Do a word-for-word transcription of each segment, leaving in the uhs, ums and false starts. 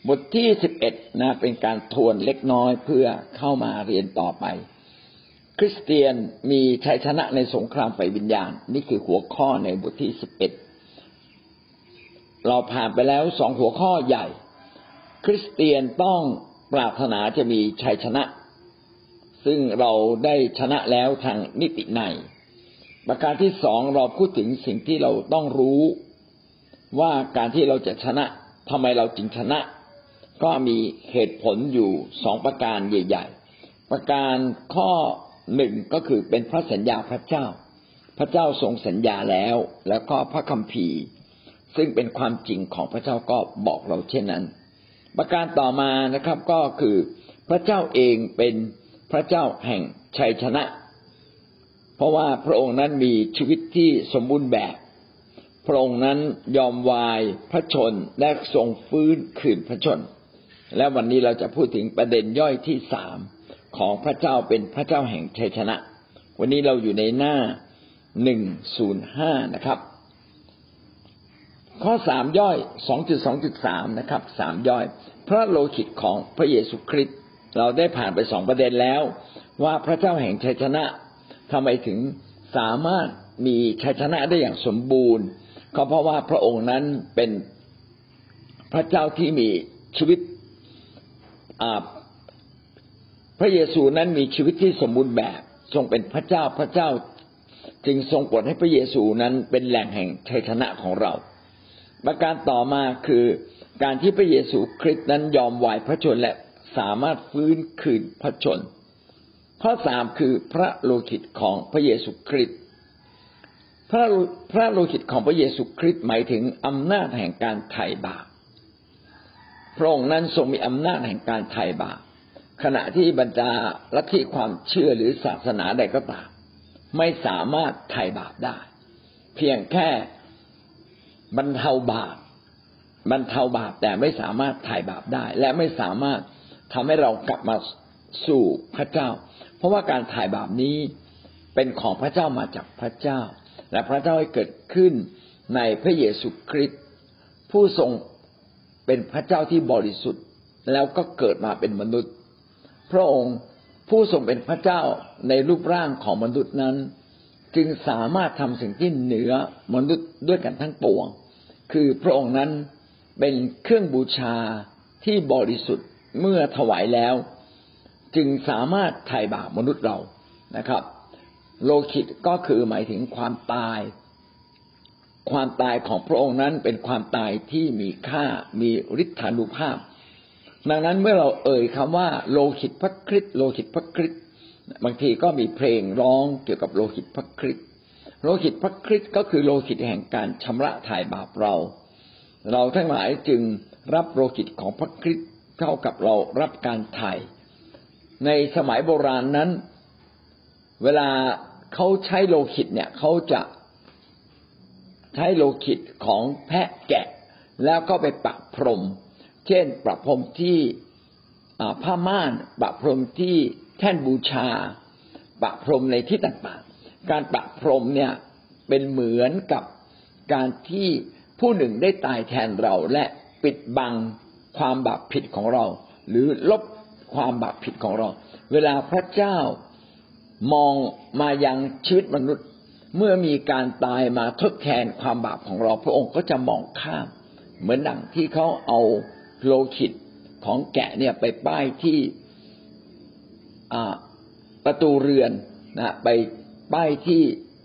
บทที่สิบเอ็ดนะเป็นการทวนเล็กน้อยเพื่อเข้ามาเรียนต่อไปคริสเตียนมีชัยชนะในสงครามฝ่ายวิญญาณนี่คือหัวข้อในบทที่สิบเอ็ดเราผ่านไปแล้วสองหัวข้อใหญ่คริสเตียนต้องปรารถนาจะมีชัยชนะซึ่งเราได้ชนะแล้วทางนิติในประการที่สองเราพูดถึงสิ่งที่เราต้องรู้ว่าการที่เราจะชนะทำไมเราจึงชนะก็มีเหตุผลอยู่สองประการใหญ่ๆประการข้อหนึ่งก็คือเป็นพระสัญญาพระเจ้าพระเจ้าทรงสัญญาแล้วแล้วก็พระคัมภีร์ซึ่งเป็นความจริงของพระเจ้าก็บอกเราเช่นนั้นประการต่อมานะครับก็คือพระเจ้าเองเป็นพระเจ้าแห่งชัยชนะเพราะว่าพระองค์นั้นมีชีวิตที่สมบูรณ์แบบพระองค์นั้นยอมวายพระชนและทรงฟื้นคืนพระชนและวันนี้เราจะพูดถึงประเด็นย่อยที่สามของพระเจ้าเป็นพระเจ้าแห่งชัยชนะวันนี้เราอยู่ในหน้าหนึ่งศูนย์ห้านะครับข้อสามย่อย สองจุดสองจุดสาม นะครับสามย่อยพระโลหิตของพระเยซูคริสต์เราได้ผ่านไปสองประเด็นแล้วว่าพระเจ้าแห่งชัยชนะทำไมถึงสามารถมีชัยชนะได้อย่างสมบูรณ์ก็เพราะว่าพระองค์นั้นเป็นพระเจ้าที่มีชีวิตพระเยซูนั้นมีชีวิตที่สมบูรณ์แบบทรงเป็นพระเจ้าพระเจ้าจึงทรงโปรดให้พระเยซูนั้นเป็นแหล่งแห่งชัยชนะของเราประการต่อมาคือการที่พระเยซูคริสต์นั้นยอมวายพระชนและสามารถฟื้นคืนพระชนข้อสามคือพระโลหิตของพระเยซูคริสต์พระพระโลหิตของพระเยซูคริสต์หมายถึงอำนาจแห่งการไถ่บาปพระองค์นั้นทรงมีอำนาจแห่งการไถ่บาปขณะที่บรรดาลัทธิความเชื่อหรือศาสนาใดก็ตามไม่สามารถไถ่บาปได้เพียงแค่บรรเทาบาปบรรเทาบาปแต่ไม่สามารถไถ่บาปได้และไม่สามารถทำให้เรากลับมาสู่พระเจ้าเพราะว่าการไถ่บาปนี้เป็นของพระเจ้ามาจากพระเจ้าและพระเจ้าให้เกิดขึ้นในพระเยซูคริสต์ผู้ทรงเป็นพระเจ้าที่บริสุทธิ์แล้วก็เกิดมาเป็นมนุษย์พระองค์ผู้ทรงเป็นพระเจ้าในรูปร่างของมนุษย์นั้นจึงสามารถทำสิ่งที่เหนือมนุษย์ด้วยกันทั้งปวงคือพระองค์นั้นเป็นเครื่องบูชาที่บริสุทธิ์เมื่อถวายแล้วจึงสามารถไถ่บาปมนุษย์เรานะครับโลหิตก็คือหมายถึงความตายความตายของพระองค์นั้นเป็นความตายที่มีค่ามีฤทธานุภาพดังนั้นเมื่อเราเอ่ยคำว่าโลหิตพระคริสต์โลหิตพระคริสต์บางทีก็มีเพลงร้องเกี่ยวกับโลหิตพระคริสต์โลหิตพระคริสต์ก็คือโลหิตแห่งการชำระถ่ายบาปเราเราทั้งหลายจึงรับโลหิตของพระคริสต์เท่ากับเรารับการไถ่ในสมัยโบราณนั้นเวลาเขาใช้โลหิตเนี่ยเขาจะใช้โลหิตของแพะแกะแล้วก็ไปประพรมเช่นประพรมที่ผ้าม่านประพรมที่แท่นบูชาประพรมในที่ต่างๆการประพรมเนี่ยเป็นเหมือนกับการที่ผู้หนึ่งได้ตายแทนเราและปิดบังความบาปผิดของเราหรือลบความบาปผิดของเราเวลาพระเจ้ามองมายังชีวิตมนุษย์เมื่อมีการตายมาทดแทนความบาปของเราพระองค์ก็จะมองข้ามเหมือนดังที่เขาเอาโลหิตของแกะเนี่ยไปป้ายที่ประตูเรือนนะไปป้ายที่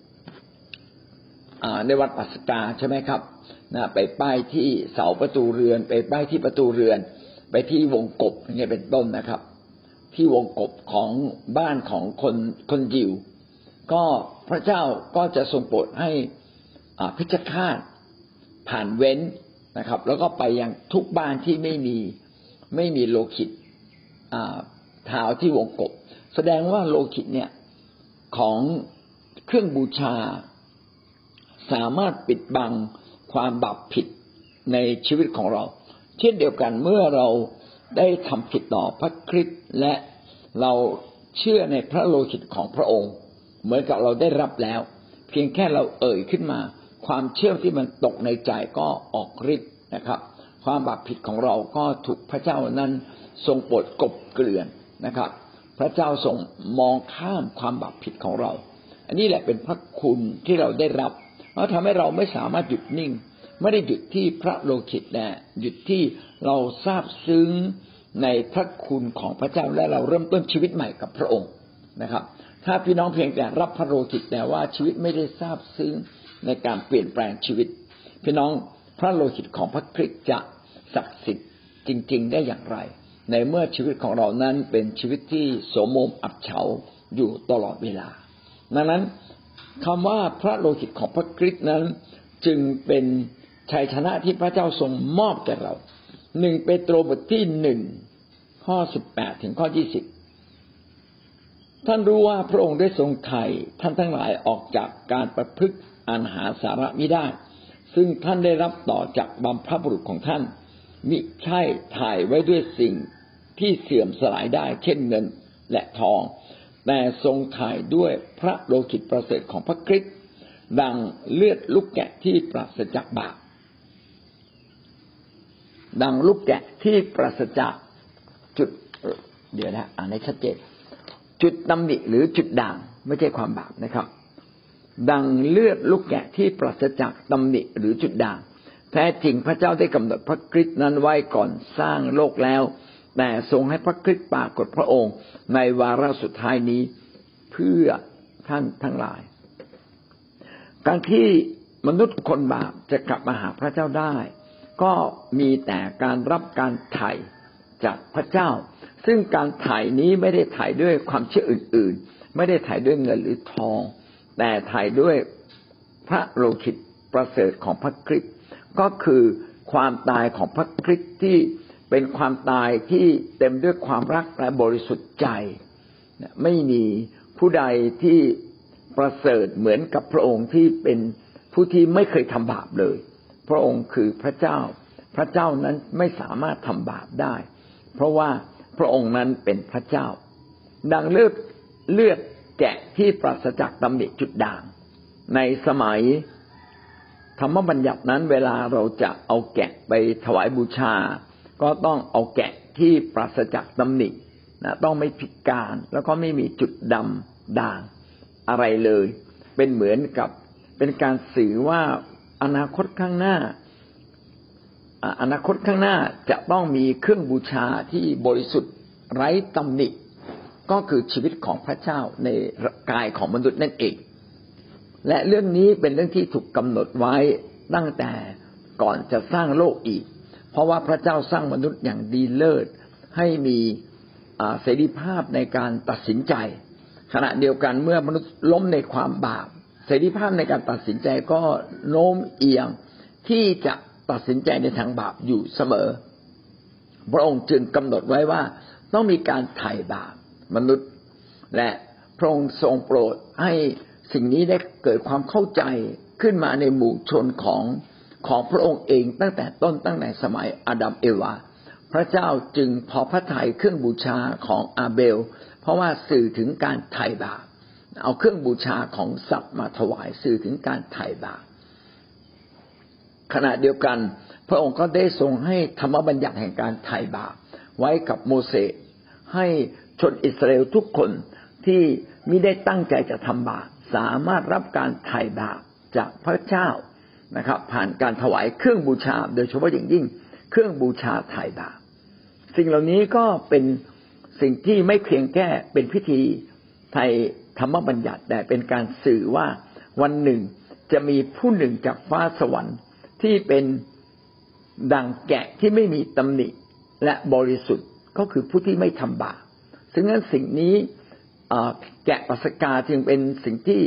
ในวัดปัสกาใช่ไหมครับนะไปป้ายที่เสาประตูเรือนไปป้ายที่ประตูเรือนไปที่วงกบอย่างเงี้ยเป็นต้นนะครับที่วงกบของบ้านของคนคนยิวก็พระเจ้าก็จะทรงโปรดให้พิจฆาตผ่านเว้นนะครับแล้วก็ไปยังทุกบ้านที่ไม่มีไม่มีโลหิตเท้าที่วงกบแสดงว่าโลหิตเนี่ยของเครื่องบูชาสามารถปิดบังความบาปผิดในชีวิตของเราเช่นเดียวกันเมื่อเราได้ทำผิดต่อพระคริสต์และเราเชื่อในพระโลหิตของพระองค์เหมือนกับเราได้รับแล้วเพียงแค่เราเอ่ยขึ้นมาความเชื่อที่มันตกในใจก็ออกฤทธิ์นะครับความบาปผิดของเราก็ถูกพระเจ้านั้นทรงโปรดกลบเกลื่อนนะครับพระเจ้าทรงมองข้ามความบาปผิดของเราอันนี้แหละเป็นพระคุณที่เราได้รับเพราะทำให้เราไม่สามารถหยุดนิ่งไม่ได้หยุดที่พระโลหิตนะหยุดที่เราซาบซึ้งในพระคุณของพระเจ้าและเราเริ่มต้นชีวิตใหม่กับพระองค์นะครับถ้าพี่น้องเพียงแต่รับพระโลหิตแต่ว่าชีวิตไม่ได้ซาบซึ้งในการเปลี่ยนแปลงชีวิตพี่น้องพระโลหิตของพระคริสต์จะศักดิ์สิทธิ์จริงๆได้อย่างไรในเมื่อชีวิตของเรานั้นเป็นชีวิตที่โสมมอับเฉาอยู่ตลอดเวลาดังนั้นคำว่าพระโลหิตของพระคริสต์นั้นจึงเป็นชัยชนะที่พระเจ้าทรงมอบแก่เราหนึ่งเปโตรบทที่หนึ่งข้อสิบแปดถึงข้อยี่สิบท่านรู้ว่าพระองค์ได้ทรงไถ่ท่านทั้งหลายออกจากการประพฤติอันหาสาระมิได้ซึ่งท่านได้รับต่อจากบรรพบุรุษของท่านมิใช่ถ่ายไว้ด้วยสิ่งที่เสื่อมสลายได้เช่นเงินและทองแต่ทรงถ่ายด้วยพระโลหิตประเสริฐของพระคริสต์ดังเลือดลูกแกะที่ปราศจากบาปดังลูกแกะที่ปราศจากจุดเดี๋ยวนะอ่านให้ชัดเจนจุดตำหนิหรือจุดด่างไม่ใช่ความบาปนะครับดังเลือดลูกแกะที่ปราศจากตำหนิหรือจุดด่างแท้จริงพระเจ้าได้กำหนดพระคริสต์นั้นไว้ก่อนสร้างโลกแล้วแต่ทรงให้พระคริสต์ปรากฏพระองค์ในวาระสุดท้ายนี้เพื่อท่านทั้งหลายการที่มนุษย์คนบาปจะกลับมาหาพระเจ้าได้ก็มีแต่การรับการไถ่จากพระเจ้าซึ่งการไถ่นี้ไม่ได้ไถ่ด้วยความเชื่ออื่นๆไม่ได้ไถ่ด้วยเงินหรือทองแต่ไถ่ด้วยพระโลหิตประเสริฐของพระคริสต์ก็คือความตายของพระคริสต์ที่เป็นความตายที่เต็มด้วยความรักและบริสุทธิ์ใจไม่มีผู้ใดที่ประเสริฐเหมือนกับพระองค์ที่เป็นผู้ที่ไม่เคยทำบาปเลยพระองค์คือพระเจ้าพระเจ้านั้นไม่สามารถทำบาปได้เพราะว่าพระองค์นั้นเป็นพระเจ้าดังเลือดเลือดแกะที่ปราศจากตำหนิจุดด่างในสมัยธรรมบัญญัตินั้นเวลาเราจะเอาแกะไปถวายบูชาก็ต้องเอาแกะที่ปราศจากตำหนินะต้องไม่พิการแล้วก็ไม่มีจุดดำด่างอะไรเลยเป็นเหมือนกับเป็นการสื่อว่าอนาคตข้างหน้าอนาคตข้างหน้าจะต้องมีเครื่องบูชาที่บริสุทธิ์ไร้ตำหนิก็คือชีวิตของพระเจ้าในกายของมนุษย์นั่นเองและเรื่องนี้เป็นเรื่องที่ถูกกำหนดไว้ตั้งแต่ก่อนจะสร้างโลกอีกเพราะว่าพระเจ้าสร้างมนุษย์อย่างดีเลิศให้มีเสรีภาพในการตัดสินใจขณะเดียวกันเมื่อมนุษย์ล้มในความบาปเสรีภาพในการตัดสินใจก็โน้มเอียงที่จะตัดสินใจในทางบาปอยู่เสมอพระองค์จึงกำหนดไว้ว่าต้องมีการไถ่บาปมนุษย์และพระองค์ทรงโปรดให้สิ่งนี้ได้เกิดความเข้าใจขึ้นมาในหมู่ชนของของพระองค์เองตั้งแต่ต้นตั้งแต่สมัยอาดัมเอวาพระเจ้าจึงพอพระทัยเครื่องบูชาของอาเบลเพราะว่าสื่อถึงการไถ่บาปเอาเครื่องบูชาของสัตว์มาถวายสื่อถึงการไถ่บาปขณะเดียวกันพระองค์ก็ได้ทรงให้ธรรมบัญญัติแห่งการไถ่บาปไว้กับโมเสสให้ชนอิสราเอลทุกคนที่มิได้ตั้งใจจะทำบาปสามารถรับการไถ่บาปจากพระเจ้านะครับผ่านการถวายเครื่องบูชาโดยเฉพาะอย่างยิ่งเครื่องบูชาไถ่บาปสิ่งเหล่านี้ก็เป็นสิ่งที่ไม่เพียงแค่เป็นพิธีไถ่ธรรมบัญญัติแต่เป็นการสื่อว่าวันหนึ่งจะมีผู้หนึ่งจากฟ้าสวรรค์ที่เป็นดังแกะที่ไม่มีตำหนิและบริสุทธิ์ก็คือผู้ที่ไม่ทำบาปซึ่งนั้นสิ่งนี้แกะปัสกาจึงเป็นสิ่งที่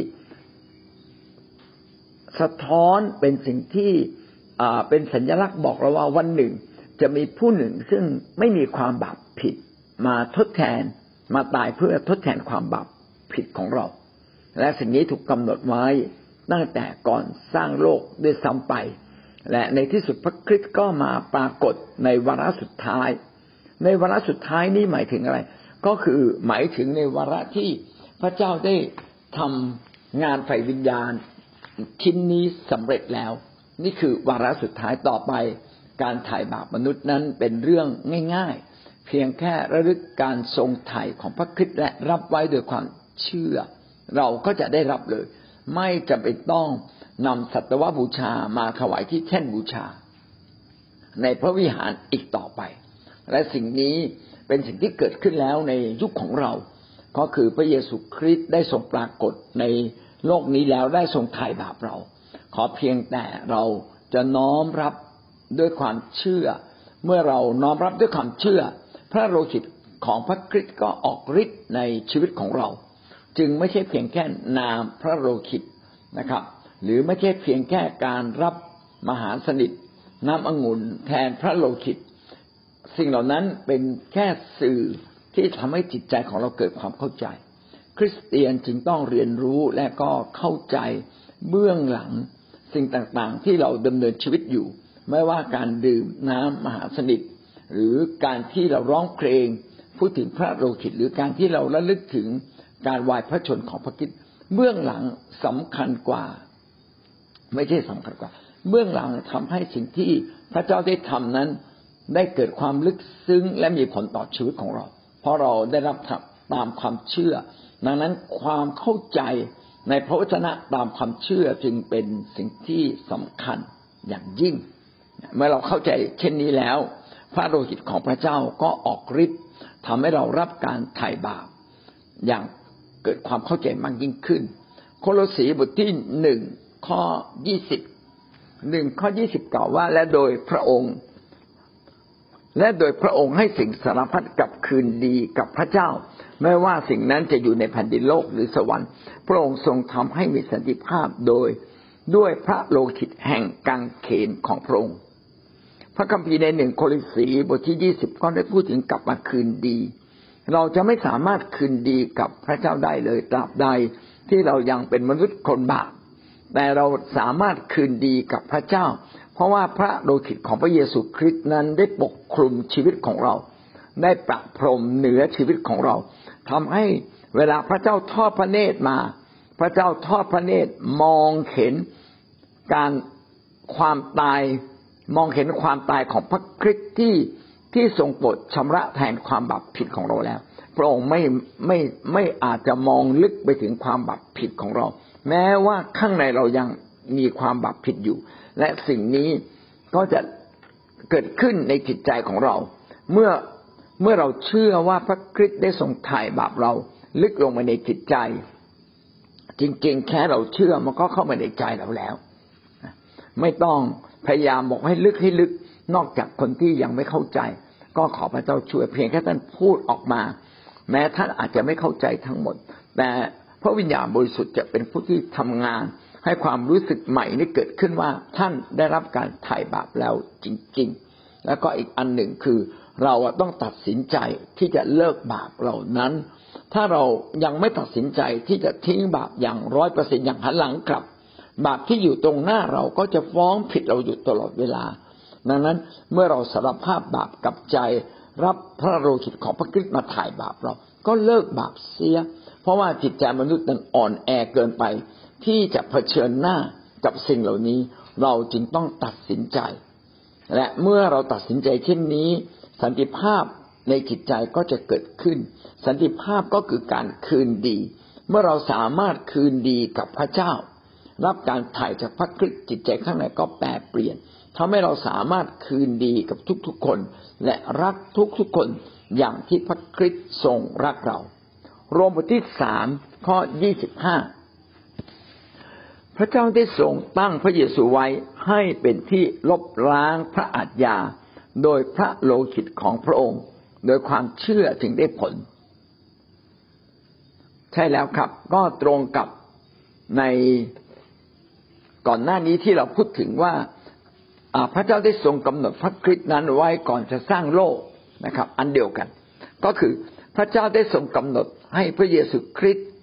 สะท้อนเป็นสิ่งที่เป็นสัญลักษณ์บอกเราว่าวันหนึ่งจะมีผู้หนึ่งซึ่งไม่มีความบาปผิดมาทดแทนมาตายเพื่อทดแทนความบาปผิดของเราและสิ่งนี้ถูกกำหนดไว้ตั้งแต่ก่อนสร้างโลกด้วยซ้ำไปและในที่สุดพระคริสต์ก็มาปรากฏในวาระสุดท้ายในวาระสุดท้ายนี้หมายถึงอะไรก็คือหมายถึงในวาระที่พระเจ้าได้ทำงานฝ่ายวิญญาณชิ้นนี้สำเร็จแล้วนี่คือวาระสุดท้ายต่อไปการไถ่บาปมนุษย์นั้นเป็นเรื่องง่ายๆเพียงแค่ระลึกการทรงไถ่ของพระคริสต์และรับไว้โดยความเชื่อเราก็จะได้รับเลยไม่จำเป็นต้องนำสัตวบูชามาถวายที่แท่นบูชาในพระวิหารอีกต่อไปและสิ่งนี้เป็นสิ่งที่เกิดขึ้นแล้วในยุคของเราก็คือพระเยซูคริสต์ได้ทรงปรากฏในโลกนี้แล้วได้ทรงไถ่บาปเราขอเพียงแต่เราจะน้อมรับด้วยความเชื่อเมื่อเราน้อมรับด้วยความเชื่อพระโลหิตของพระคริสต์ก็ออกฤทธิ์ในชีวิตของเราจึงไม่ใช่เพียงแค่นามพระโลหิตนะครับหรือไม่ใช่เพียงแค่การรับมหาสนิทน้ำองุ่นแทนพระโลหิตสิ่งเหล่านั้นเป็นแค่สื่อที่ทำให้จิตใจของเราเกิดความเข้าใจคริสเตียนจึงต้องเรียนรู้และก็เข้าใจเบื้องหลังสิ่งต่างๆที่เราดำเนินชีวิตอยู่ไม่ว่าการดื่มน้ำมหาสนิทหรือการที่เราร้องเพลงพูดถึงพระโลหิตหรือการที่เราระลึกถึงการวายพระชนของพระคริสต์เบื้องหลังสำคัญกว่าไม่ใช่สำคัญกว่าเบื้องหลังทำให้สิ่งที่พระเจ้าได้ทำนั้นได้เกิดความลึกซึ้งและมีผลต่อชีวิตของเราเพราะเราได้รับตามความเชื่อดังนั้นความเข้าใจในพระวจนะตามความเชื่อจึงเป็นสิ่งที่สำคัญอย่างยิ่งเมื่อเราเข้าใจเช่นนี้แล้วพระโลหิตของพระเจ้าก็ออกฤทธิ์ทำให้เรารับการไถ่บาปอย่างเกิดความเข้าใจมากยิ่งขึ้นโคโลสีบทที่หนึ่งข้อยี่สิบหนึ่งข้อยี่สิบกล่าวว่าและโดยพระองค์และโดยพระองค์ให้สิ่งสารพัดกลับคืนดีกับพระเจ้าไม่ว่าสิ่งนั้นจะอยู่ในแผ่นดินโลกหรือสวรรค์พระองค์ทรงทำให้มีสันติภาพโดยด้วยพระโลหิตแห่งกางเขนของพระองค์พระคัมภีร์ในหนึ่งโครินธ์บทที่ยี่สิบก็ได้พูดถึงกลับมาคืนดีเราจะไม่สามารถคืนดีกับพระเจ้าได้เลยตราบใดที่เรายังเป็นมนุษย์คนบาปแต่เราสามารถคืนดีกับพระเจ้าเพราะว่าพระโลหิตของพระเยซูคริสต์นั้นได้ปกคลุมชีวิตของเราได้ประพรมเหนือชีวิตของเราทำให้เวลาพระเจ้าทอดพระเนตรมาพระเจ้าทอดพระเนตรมองเห็นการความตายมองเห็นความตายของพระคริสต์ที่ที่ทรงโปรดชำระแทนความบาปผิดของเราแล้วพระองค์ไม่ไม่ไม่อาจจะมองลึกไปถึงความบาปผิดของเราแม้ว่าข้างในเรายังมีความบาปผิดอยู่และสิ่งนี้ก็จะเกิดขึ้นในจิตใจของเราเมื่อเมื่อเราเชื่อว่าพระคริสต์ได้ทรงไถ่บาปเราลึกลงไปในจิตใจจริงๆแค่เราเชื่อมันก็เข้ามาในใจเราแล้วไม่ต้องพยายามบอกให้ลึกให้ลึกนอกจากคนที่ยังไม่เข้าใจก็ขอพระเจ้าช่วยเพียงแค่ท่านพูดออกมาแม้ท่านอาจจะไม่เข้าใจทั้งหมดแต่พระวิญญาณบริสุทธิ์จะเป็นผู้ที่ทำงานให้ความรู้สึกใหม่นี้เกิดขึ้นว่าท่านได้รับการไถ่บาปแล้วจริงๆแล้วก็อีกอันหนึ่งคือเราต้องตัดสินใจที่จะเลิกบาปเหล่านั้นถ้าเรายังไม่ตัดสินใจที่จะทิ้งบาปอย่างร้อยเปอร์เซ็นต์อย่างหันหลังกลับบาปที่อยู่ตรงหน้าเราก็จะฟ้องผิดเราอยู่ตลอดเวลาดังนั้นเมื่อเราสารภาพบาปกับใจรับพระโลหิตของพระคริสต์มาไถ่บาปเราก็เลิกบาปเสียเพราะว่าจิตใจมนุษย์นั้นอ่อนแอเกินไปที่จะเผชิญหน้ากับสิ่งเหล่านี้เราจึงต้องตัดสินใจและเมื่อเราตัดสินใจเช่นนี้สันติภาพในจิตใจก็จะเกิดขึ้นสันติภาพก็คือการคืนดีเมื่อเราสามารถคืนดีกับพระเจ้ารับการไถ่จากพระคริสต์จิตใจข้างในก็แปรเปลี่ยนทำให้เราสามารถคืนดีกับทุกๆคนและรักทุกๆคนอย่างที่พระคริสต์ทรงรักเราโรมบทที่สามข้อยี่สิบห้าพระเจ้าได้ทรงตั้งพระเยซูไว้ให้เป็นที่ลบล้างพระอาทยาโดยพระโลหิตของพระองค์โดยความเชื่อถึงได้ผลใช่แล้วครับก็ตรงกับในก่อนหน้านี้ที่เราพูดถึงว่าพระเจ้าได้ทรงกำหนดพระคริสต์นั้นไว้ก่อนจะสร้างโลกนะครับอันเดียวกันก็คือพระเจ้าได้ทรงกำหนดให้พระเยซูคริสต์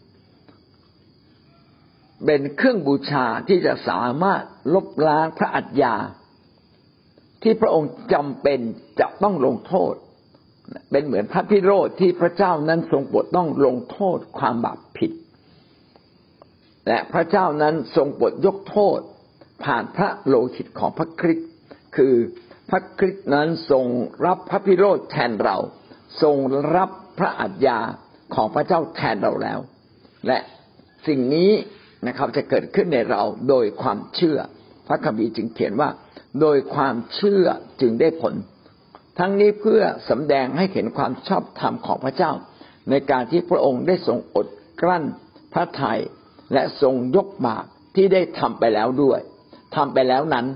เป็นเครื่องบูชาที่จะสามารถลบล้างพระอัฏฐาที่พระองค์จำเป็นจะต้องลงโทษเป็นเหมือนพระพิโรธที่พระเจ้านั้นทรงโปรดต้องลงโทษความบาปผิดและพระเจ้านั้นทรงโปรดยกโทษผ่านพระโลหิตของพระคริสต์คือพระคริสต์นั้นทรงรับพระพิโรธแทนเราทรงรับพระอัฏฐาของพระเจ้าแทนเราแล้วและสิ่งนี้นะครับจะเกิดขึ้นในเราโดยความเชื่อพระคัมภีร์จึงเขียนว่าโดยความเชื่อจึงได้ผลทั้งนี้เพื่อสำแดงให้เห็นความชอบธรรมของพระเจ้าในการที่พระองค์ได้ทรงอดกลั้นพระทัยและทรงยกบาปที่ได้ทำไปแล้วด้วยทำไปแล้วนั้น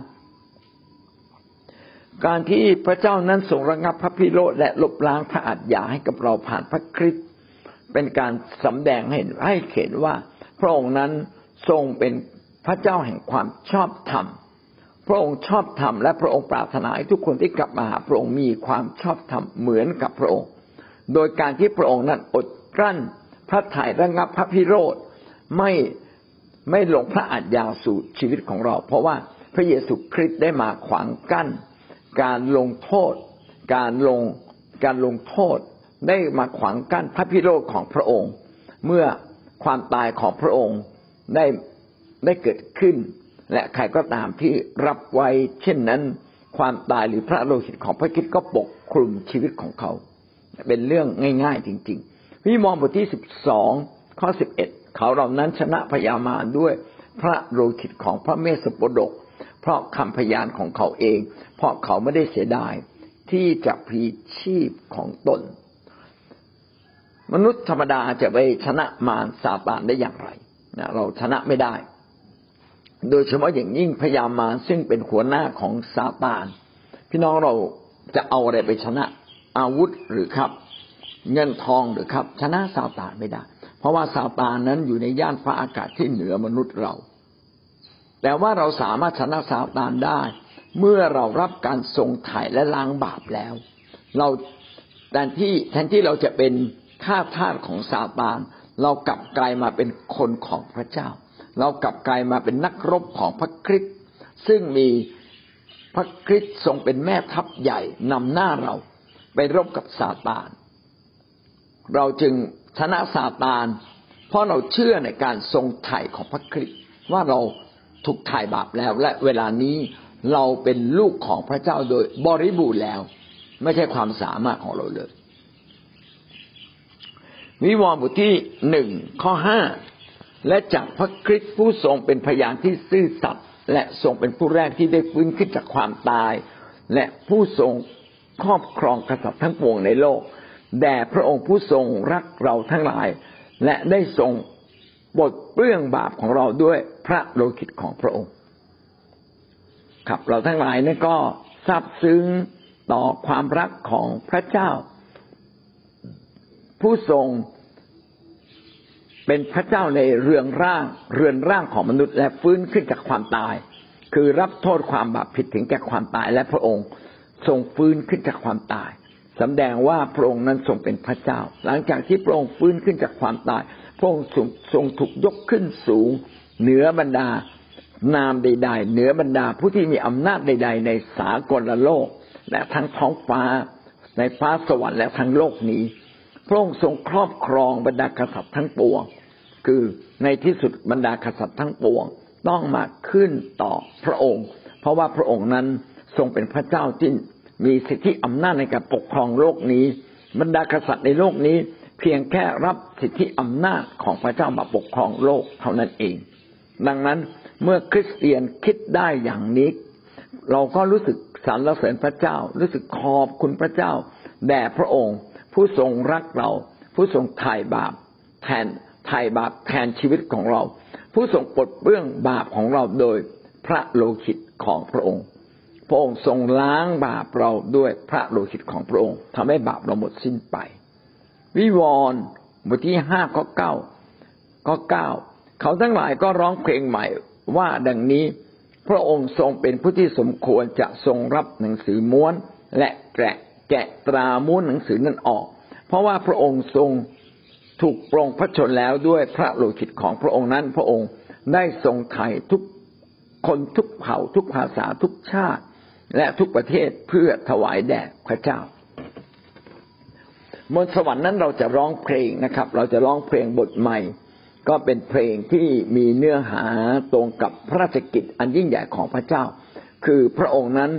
การที่พระเจ้านั้นทรงระงับพระพิโรธและลบล้างพระอัฏฐาให้กับเราผ่านพระคริสต์เป็นการสำแดงให้ให้เห็นว่าพระองค์นั้นทรงเป็นพระเจ้าแห่งความชอบธรรมพระองค์ชอบธรรมและพระองค์ปรารถนาให้ทุกคนที่กลับมาหาพระองค์มีความชอบธรรมเหมือนกับพระองค์โดยการที่พระองค์นั้นอดกลั้นพระทัยระงับพระพิโรธไม่ไม่ลงพระอัฏฐาสู่ชีวิตของเราเพราะว่าพระเยซูคริสต์ได้มาขวางกั้นการลงโทษการลงการลงโทษได้มาขวางกั้นพระพิโรธของพระองค์เมื่อความตายของพระองค์ได้ได้เกิดขึ้นและใครก็ตามที่รับไว้เช่นนั้นความตายหรือพระโลหิตของพระคริสต์ก็ปกคลุมชีวิตของเขาเป็นเรื่องง่ายๆจริงๆวิวรณ์บทที่สิบสองข้อสิบเอ็ดเขาเหล่านั้นชนะพญามารด้วยพระโลหิตของพระเมสสโปดกเพราะคำพยานของเขาเองเพราะเขาไม่ได้เสียดายที่จะพลีชีพของตนมนุษย์ธรรมดาจะไปชนะมารซาตานได้อย่างไรนะเราชนะไม่ได้โดยเฉพาะอย่างยิ่งพญามารซึ่งเป็นหัวหน้าของซาตานพี่น้องเราจะเอาอะไรไปชนะอาวุธหรือครับเงินทองหรือครับชนะซาตานไม่ได้เพราะว่าซาตานนั้นอยู่ในย่านฟ้าอากาศที่เหนือมนุษย์เราแต่ว่าเราสามารถชนะซาตานได้เมื่อเรารับการทรงไถ่และล้างบาปแล้วเราแทนที่แทนที่เราจะเป็นข้าทาสของซาตานเรากลับกลายมาเป็นคนของพระเจ้าเรากลับกลายมาเป็นนักรบของพระคริสต์ซึ่งมีพระคริสต์ทรงเป็นแม่ทัพใหญ่นำหน้าเราไปรบกับซาตานเราจึงชนะซาตานเพราะเราเชื่อในการทรงไถ่ของพระคริสต์ว่าเราถูกไถ่บาปแล้วและเวลานี้เราเป็นลูกของพระเจ้าโดยบริบูรณ์แล้วไม่ใช่ความสามารถของเราเลยวิวรณ์บทที่หนึ่งข้อห้าและจากพระคริสต์ผู้ทรงเป็นพยานที่ซื่อสัตย์และทรงเป็นผู้แรกที่ได้ฟื้นขึ้นจากความตายและผู้ทรงครอบครองกษัตริย์ทั้งปวงในโลกแด่พระองค์ผู้ทรงรักเราทั้งหลายและได้ทรงปลดเปลื้องบาปของเราด้วยพระโลหิตของพระองค์ครับเราทั้งหลายนี่ก็ซาบซึ้งต่อความรักของพระเจ้าผู้ทรงเป็นพระเจ้าในเรือนร่างเรือนร่างของมนุษย์และฟื้นขึ้นจากความตายคือรับโทษความบาปผิดถึงแก่ความตายและพระองค์ทรงฟื้นขึ้นจากความตายแสดงว่าพระองค์นั้นทรงเป็นพระเจ้าหลังจากที่พระองค์ฟื้นขึ้นจากความตายพระองค์ทรงถูกยกขึ้นสูงเหนือบรรดานามใดๆเหนือบรรดาผู้ที่มีอำนาจใดๆในสากลโลกและทั้งท้องฟ้าในฟ้าสวรรค์และทั้งโลกนี้พระองค์ทรงครอบครองบรรดากษัตริย์ทั้งปวงคือในที่สุดบรรดากษัตริย์ทั้งปวงต้องมาขึ้นต่อพระองค์เพราะว่าพระองค์นั้นทรงเป็นพระเจ้าที่มีสิทธิอำนาจในการปกครองโลกนี้บรรดากษัตริย์ในโลกนี้เพียงแค่รับสิทธิอำนาจของพระเจ้ามาปกครองโลกเท่านั้นเองดังนั้นเมื่อคริสเตียนคิดได้อย่างนี้เราก็รู้สึกสรรเสริญพระเจ้ารู้สึกขอบคุณพระเจ้าแด่พระองค์ผู้ทรงรักเราผู้ทรงไถ่บาปแทนไถ่บาปแทนชีวิตของเราผู้ทรงปลดเปลื้องบาปของเราโดยพระโลหิตของพระองค์พระองค์ทรงล้างบาปเราด้วยพระโลหิตของพระองค์ทำให้บาปเราหมดสิ้นไปวิวรณ์บทที่ห้าข้อเก้าข้อเก้าเขาทั้งหลายก็ร้องเพลงใหม่ว่าดังนี้พระองค์ทรงเป็นผู้ที่สมควรจะทรงรับหนังสือม้วนและแกะแกะตราม้วนหนังสือนั้นออกเพราะว่าพระองค์ทรงถูกปรงพระชนแล้วด้วยพระโลหิตของพระองค์นั้นพระองค์ได้ทรงไถ่ทุกคนทุกเผ่าทุกภาษาทุกชาติและทุกประเทศเพื่อถวายแด่พระเจ้าบนสวรรค์นั้นเราจะร้องเพลงนะครับเราจะร้องเพลงบทใหม่ก็เป็นเพลงที่มีเนื้อหาตรงกับพระราชกิจอันยิ่งใหญ่ของพระเจ้าคือพระองค์นั้น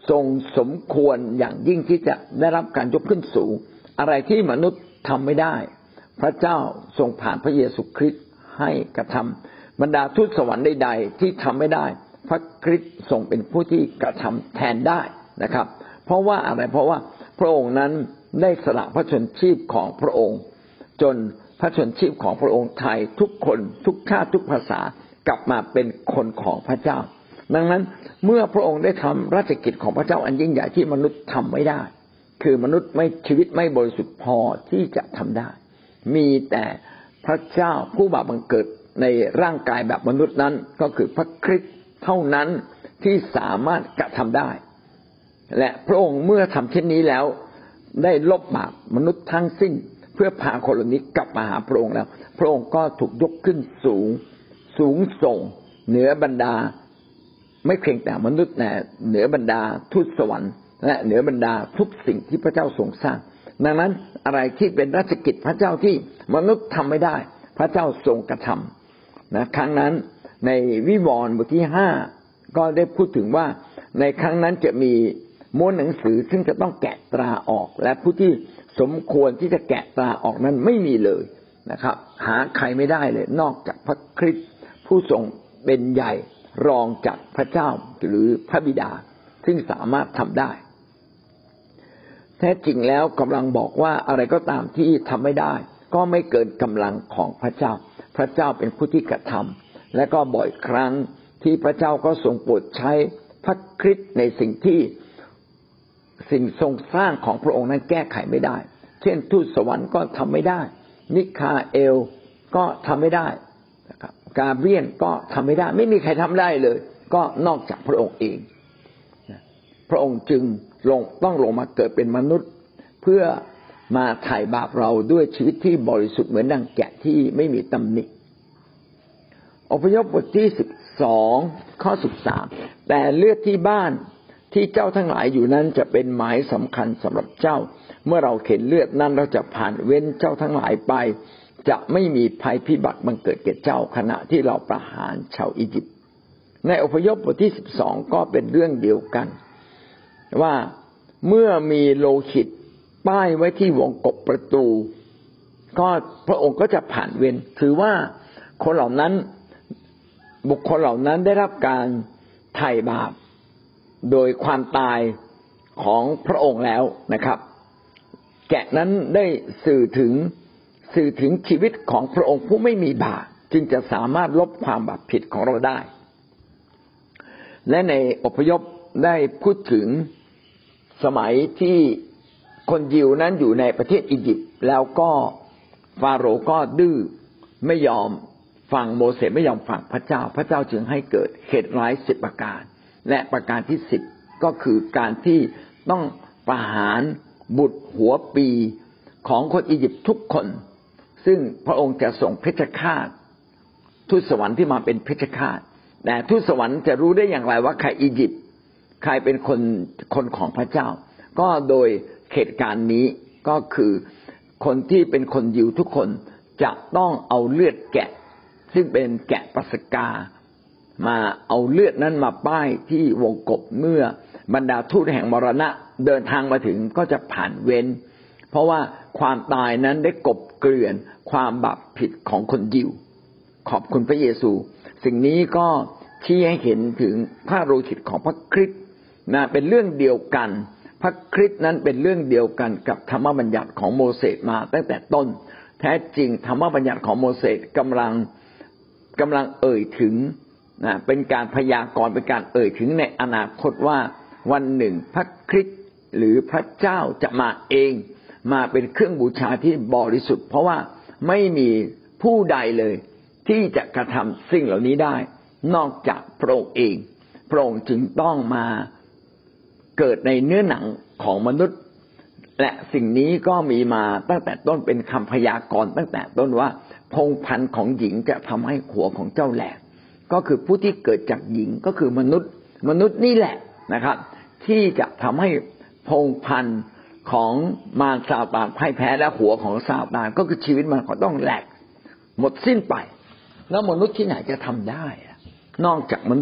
ทรงสมควรอย่างยิ่งที่จะได้รับการยกขึ้นสูงอะไรที่มนุษย์ทำไม่ได้พระเจ้าทรงผ่านพระเยซูคริสต์ให้กระทำบรรดาทูตสวรรค์ใดๆที่ทำไม่ได้พระคริสต์ทรงเป็นผู้ที่กระทำแทนได้นะครับเพราะว่าอะไรเพราะว่าพระองค์นั้นได้สละพระชนชีพของพระองค์จนพระชนชีพของพระองค์ไทยทุกคนทุกชาติทุกภาษากลับมาเป็นคนของพระเจ้าดังนั้นเมื่อพระองค์ได้ทำราชกิจของพระเจ้าอันยิ่งใหญ่ที่มนุษย์ทำไม่ได้คือมนุษย์ไม่ชีวิตไม่บริสุทธิ์พอที่จะทำได้มีแต่พระเจ้าผู้บาปบังเกิดในร่างกายแบบมนุษย์นั้นก็คือพระคริสต์เท่านั้นที่สามารถกระทำได้และพระองค์เมื่อทำเช่นนี้แล้วได้ลบบาปมนุษย์ทั้งสิ้นเพื่อพาคนเหล่านี้กลับมาหาพระองค์แล้วพระองค์ก็ถูกยกขึ้นสูงสูงส่งเหนือบรรดาไม่เพียงแต่มนุษย์แต่เหนือบรรดาทูตสวรรค์และเหนือบรรดาทุกสิ่งที่พระเจ้าทรงสร้างดังนั้นอะไรที่เป็นราชกิจพระเจ้าที่มนุษย์ทำไม่ได้พระเจ้าทรงกระทำนะครั้งนั้นในวิวรณ์บทที่ห้าก็ได้พูดถึงว่าในครั้งนั้นจะมีม้วนหนังสือซึ่งจะต้องแกะตราออกและผู้ที่สมควรที่จะแกะตราออกนั้นไม่มีเลยนะครับหาใครไม่ได้เลยนอกจากพระคริสต์ผู้ทรงเป็นใหญ่รองจากพระเจ้าหรือพระบิดาซึ่งสามารถทำได้แท้จริงแล้วกำลังบอกว่าอะไรก็ตามที่ทำไม่ได้ก็ไม่เกินกำลังของพระเจ้าพระเจ้าเป็นผู้ที่กระทำและก็บ่อยครั้งที่พระเจ้าก็ทรงโปรดใช้พระคริสต์ในสิ่งที่สิ่งทรงสร้างของพระองค์นั้นแก้ไขไม่ได้เช่นทูตสวรรค์ก็ทำไม่ได้มิคาเอลก็ทำไม่ได้นะครับกาเบรียลก็ทำไม่ได้ไม่มีใครทำได้เลยก็นอกจากพระองค์เองพระองค์จึงลงต้องลงมาเกิดเป็นมนุษย์เพื่อมาไถ่บาปเราด้วยชีวิตที่บริสุทธิ์เหมือนดังแกะที่ไม่มีตำหนิอพยพบทที่สิบสองข้อสิบสามแต่เลือดที่บ้านที่เจ้าทั้งหลายอยู่นั้นจะเป็นหมายสำคัญสำหรับเจ้าเมื่อเราเห็นเลือดนั้นเราจะผ่านเว้นเจ้าทั้งหลายไปจะไม่มีภัยพิบัติบังเกิดแก่เจ้าขณะที่เราประหารชาวอียิปต์ในอพยพบทที่สิบสองก็เป็นเรื่องเดียวกันว่าเมื่อมีโลหิตป้ายไว้ที่วงกบประตูก็พระองค์ก็จะผ่านเวรถือว่าคนเหล่านั้นบุคคลเหล่านั้นได้รับการไถ่บาปโดยความตายของพระองค์แล้วนะครับแกะนั้นได้สื่อถึงสื่อถึงชีวิตของพระองค์ผู้ไม่มีบาปจึงจะสามารถลบความบาปผิดของเราได้และในอพยพได้พูดถึงสมัยที่คนยิวนั้นอยู่ในประเทศอียิปต์แล้วก็ฟาโรห์ก็ดื้อไม่ยอมฟังโมเสสไม่ยอมฟังพระเจ้าพระเจ้าจึงให้เกิดเหตุร้ายสิบประการและประการที่สิบก็คือการที่ต้องประหารบุตรหัวปีของคนอียิปต์ทุกคนซึ่งพระองค์จะส่งเพชฌฆาตทูตสวรรค์ที่มาเป็นเพชฌฆาตแต่ทูตสวรรค์จะรู้ได้อย่างไรว่าใครอียิปต์ใครเป็นคนคนของพระเจ้าก็โดยเหตุการณ์นี้ก็คือคนที่เป็นคนยิวทุกคนจะต้องเอาเลือดแกะซึ่งเป็นแกะปัสกามาเอาเลือดนั้นมาป้ายที่วงกบเมื่อบรรดาทูตแห่งมรณะเดินทางมาถึงก็จะผ่านเว้นเพราะว่าความตายนั้นได้กลบเกลื่อนความบาปผิดของคนยิวขอบคุณพระเยซูสิ่งนี้ก็ชี้ให้เห็นถึงพระโลหิตของพระคริสต์นะเป็นเรื่องเดียวกันพระคริสต์นั้นเป็นเรื่องเดียวกันกับธรรมบัญญัติของโมเสสมาตั้งแต่ต้นแท้จริงธรรมบัญญัติของโมเสสกำลังกำลังเอ่ยถึงนะเป็นการพยากรณ์เป็นการเอ่ยถึงในอนาคตว่าวันหนึ่งพระคริสต์หรือพระเจ้าจะมาเองมาเป็นเครื่องบูชาที่บริสุทธิ์เพราะว่าไม่มีผู้ใดเลยที่จะกระทำสิ่งเหล่านี้ได้นอกจากพระองค์เองพระองค์จึงต้องมาเกิดในเนื้อหนังของมนุษย์และสิ่งนี้ก็มีมาตั้งแต่ต้นเป็นคำพยากรณ์ตั้งแต่ต้นว่าพงศ์พันธุ์ของหญิงจะทำให้หัวของเจ้าแหลกก็คือผู้ที่เกิดจากหญิงก็คือมนุษย์มนุษย์นี่แหละนะครับที่จะทำให้พงศ์พันธุ์ของมารซาตานพ่ายแพ้และหัวของซาตานก็คือชีวิตมันก็ต้องแหลกหมดสิ้นไปแล้วมนุษย์ที่ไหนจะทำได้นอกจากมนุษย์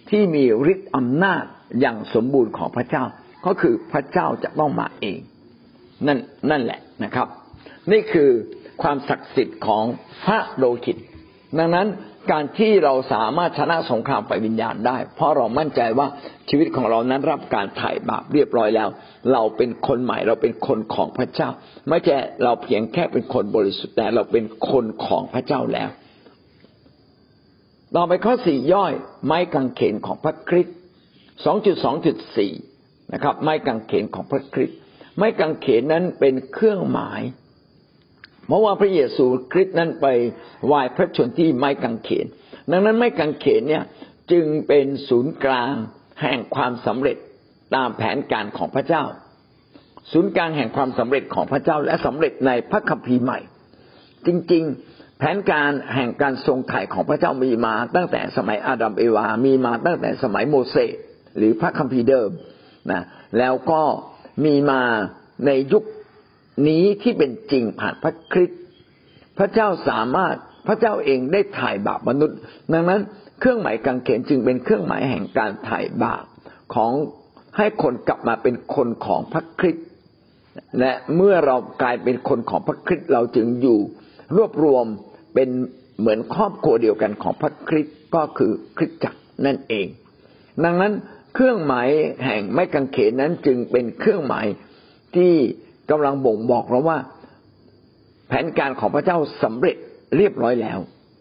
ที่มีฤทธิ์อำนาจอย่างสมบูรณ์ของพระเจ้าก็คือพระเจ้าจะต้องมาเองนั่นนั่นแหละนะครับนี่คือความศักดิ์สิทธิ์ของพระโลหิตดังนั้นการที่เราสามารถชนะสงครามฝ่ายวิญญาณได้เพราะเรามั่นใจว่าชีวิตของเรานั้นรับการไถ่บาปเรียบร้อยแล้วเราเป็นคนใหม่เราเป็นคนของพระเจ้าไม่ใช่เราเพียงแค่เป็นคนบริสุทธิ์แต่เราเป็นคนของพระเจ้าแล้วต่อไปข้อสี่ย่อยไม้กางเขนของพระคริสต์ สองจุดสองจุดสี่ นะครับไม้กางเขนของพระคริสต์ไม้กางเขนนั้นเป็นเครื่องหมายเพราะว่าพระเยซูคริสต์นั้นไปวายพระชนที่ไม้กางเขนดังนั้นไม้กางเขนเนี่ยจึงเป็นศูนย์กลางแห่งความสำเร็จตามแผนการของพระเจ้าศูนย์กลางแห่งความสำเร็จของพระเจ้าและสำเร็จในพระคัมภีร์ใหม่จริงๆแผนการแห่งการทรงไถ่ของพระเจ้ามีมาตั้งแต่สมัยอาดัมเอวามีมาตั้งแต่สมัยโมเสสหรือพระคัมภีร์เดิมนะแล้วก็มีมาในยุคนี้ที่เป็นจริงผ่านพระคริสต์พระเจ้าสามารถพระเจ้าเองได้ไถ่บาปมนุษย์ดังนั้นเครื่องหมายกางเขนจึงเป็นเครื่องหมายแห่งการไถ่บาปของให้คนกลับมาเป็นคนของพระคริสต์และเมื่อเรากลายเป็นคนของพระคริสต์เราจึงอยู่รวบรวมเป็นเหมือนครอบครัวเดียวกันของพระคริสต์ก็คือคริสตจักรนั่นเองดังนั้นเครื่องหมายแห่งไม้กางเขนนั้นจึงเป็นเครื่องหมายที่กำลังบ่งบอกเราว่าแผนการของพระเจ้าสำเร็จเรียบร้อยแล้ว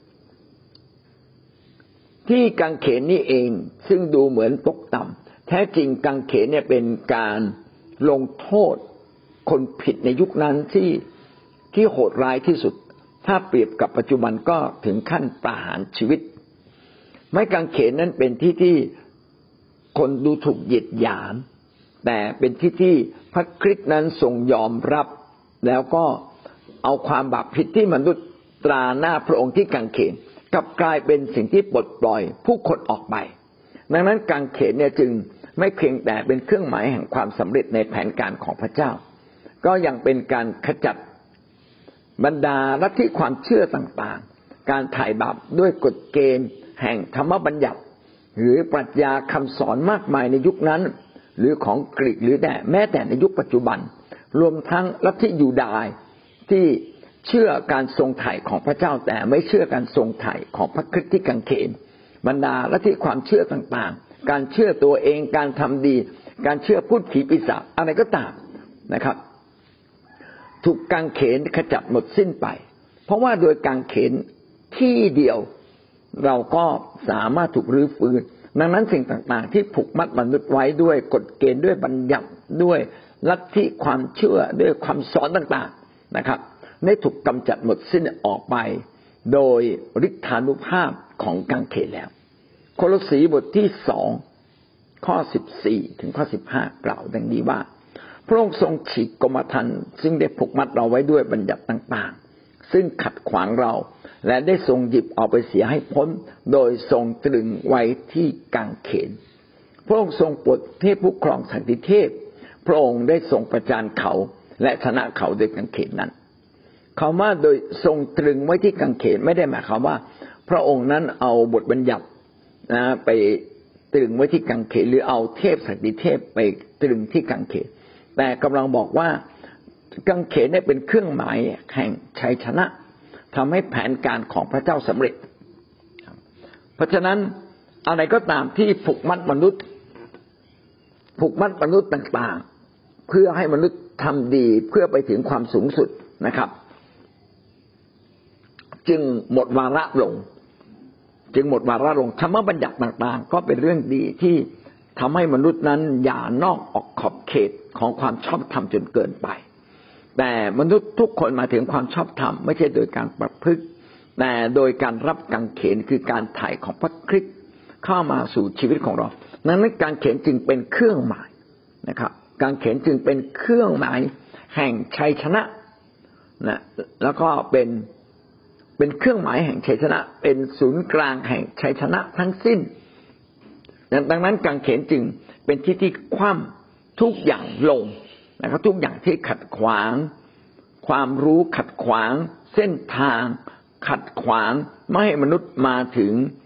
ที่กางเขนนี่เองซึ่งดูเหมือนตกต่ำแท้จริงกางเขนเนี่ยเป็นการลงโทษคนผิดในยุคนั้นที่ที่โหดร้ายที่สุดถ้าเปรียบกับปัจจุบันก็ถึงขั้นประหารชีวิตไม้กางเขนนั้นเป็นที่ที่คนดูถูกเหยียดหยามแต่เป็นที่ที่พระคริสต์นั้นทรงยอมรับแล้วก็เอาความบาปผิดที่มนุษย์ตราหน้าพระองค์ที่กางเขนกลับกลายเป็นสิ่งที่ปลดปล่อยผู้คนออกไปดังนั้นกางเขนเนี่ยจึงไม่เพียงแต่เป็นเครื่องหมายแห่งความสำเร็จในแผนการของพระเจ้าก็ยังเป็นการขจัดบรรดาลัทธิความเชื่อต่างๆการไถ่บาปด้วยกฎเกณฑ์แห่งธรรมบัญญัติหรือปรัชญาคำสอนมากมายในยุคนั้นหรือของกรีกหรือแม้แต่ในยุคปัจจุบันรวมทั้งลัทธิยูดาห์ที่เชื่อการทรงไถ่ของพระเจ้าแต่ไม่เชื่อการทรงไถ่ของพระคริสต์ที่กางเขนบรรดาลัทธิความเชื่อต่างๆการเชื่อตัวเองการทำดีการเชื่อพูดผีปีศาจอะไรก็ตามนะครับถูกกางเขนขจัดหมดสิ้นไปเพราะว่าโดยกางเขนที่เดียวเราก็สามารถถูกรื้อฟื้นดังนั้นสิ่งต่างๆที่ผูกมัดมนุษย์ไว้ด้วยกฎเกณฑ์ด้วยบัญญัติด้วยลัทธิความเชื่อด้วยความสอนต่างๆนะครับได้ถูกกำจัดหมดสิ้นออกไปโดยฤทธานุภาพของกางเขนแล้วโคโลสีบทที่สองข้อสิบสี่ถึงข้อสิบห้ากล่าวดังนี้ว่าพระองค์ทรงฉีกกรมธรรม์ซึ่งได้ผูกมัดเราไว้ด้วยบัญญัติต่างๆซึ่งขัดขวางเราและได้ทรงหยิบเอาไปเสียให้พ้นโดยทรงตรึงไว้ที่กางเขนพระองค์ทรงปลดเทพผู้ครองสันติเทพพระองค์ได้ทรงประจานเขาและชนะเขาโดยกางเขนนั้นคำว่าโดยทรงตรึงไว้ที่กางเขนไม่ได้หมายความว่าพระองค์นั้นเอาบทบัญญัตินะไปตรึงไว้ที่กางเขนหรือเอาเทพสันติเทพไปตรึงที่กางเขนแต่กำลังบอกว่ากางเขนเนี่ยเป็นเครื่องหมายแห่งชัยชนะทำให้แผนการของพระเจ้าสำเร็จเพราะฉะนั้นอะไรก็ตามที่ผูกมัดมนุษย์ผูกมัดมนุษย์ต่างๆเพื่อให้มนุษย์ทำดีเพื่อไปถึงความสูงสุดนะครับจึงหมดวาระลงจึงหมดวาระลงธรรมบัญญัติต่างๆก็เป็นเรื่องดีที่ทำให้มนุษย์นั้นอย่านอกออกขอบเขตของความชอบธรรมจนเกินไปแต่มนุษย์ทุกคนมาถึงความชอบธรรมไม่ใช่โดยการประพฤติแต่โดยการรับกางเขนคือการไถ่ของพระคริสต์เข้ามาสู่ชีวิตของเราดังนั้นกางเขนจึงเป็นเครื่องหมายนะครับกางเขนจึงเป็นเครื่องหมายแห่งชัยชนะนะแล้วก็เป็นเป็นเครื่องหมายแห่งชัยชนะเป็นศูนย์กลางแห่งชัยชนะทั้งสิ้นดังนั้นกางเขนจึงเป็นที่ที่คว่ำทุกอย่างลงนะครับทุกอย่างที่ขัดขวางความรู้ขัดขวางเส้นทางขัดขวางไม่ให้มนุษย์มาถึง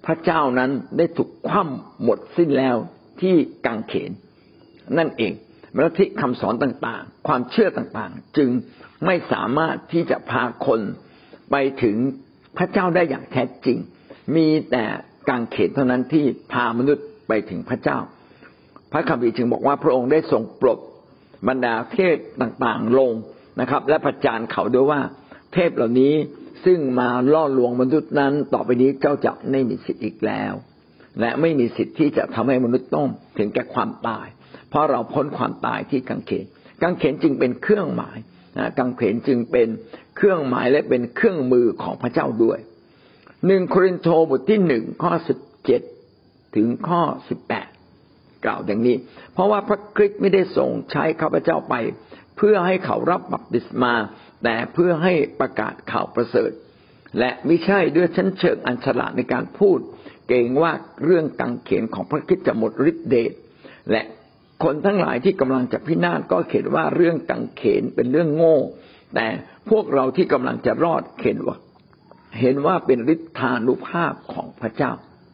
พระเจ้านั้นได้ถูกคว่ำหมดสิ้นแล้วที่กางเขนนั่นเองลัทธิคำสอนต่างๆความเชื่อต่างๆจึงไม่สามารถที่จะพาคนไปถึงพระเจ้าได้อย่างแท้จริงมีแต่กางเขนเท่านั้นที่พามนุษย์ไปถึงพระเจ้าพระคัมภีร์จึงบอกว่าพระองค์ได้ทรงปลดบรรดาเทพต่างๆลงนะครับและประจานเขาด้วยว่าเทพเหล่านี้ซึ่งมาล่อลวงมนุษย์นั้นต่อไปนี้เจ้าจะไม่มีสิทธิ์อีกแล้วและไม่มีสิทธิ์ที่จะทำให้มนุษย์ต้องถึงแก่ความตายเพราะเราพ้นความตายที่กางเขนกางเขนจึงเป็นเครื่องหมายนะกางเขนจึงเป็นเครื่องหมายและเป็นเครื่องมือของพระเจ้าด้วยหนึ่งโครินธ์บทที่หนึ่งข้อสิบเจ็ดถึงข้อสิบแปดกล่าวดังนี้เพราะว่าพระคริสต์ไม่ได้ทรงใช้ข้าพเจ้าไปเพื่อให้เขารับบัพติศมาแต่เพื่อให้ประกาศข่าวประเสริฐและไม่ใช่ด้วยชั้นเชิงอันฉลาดในการพูดเกรงว่าเรื่องกางเขนของพระคริสต์จะหมดฤทธิ์เดชและคนทั้งหลายที่กำลังจะพินาศก็เห็นว่าเรื่องกางเขนเป็นเรื่องโง่แต่พวกเราที่กำลังจะรอดเห็นว่าเห็นว่าเป็นฤทธานุภาพของพระเจ้า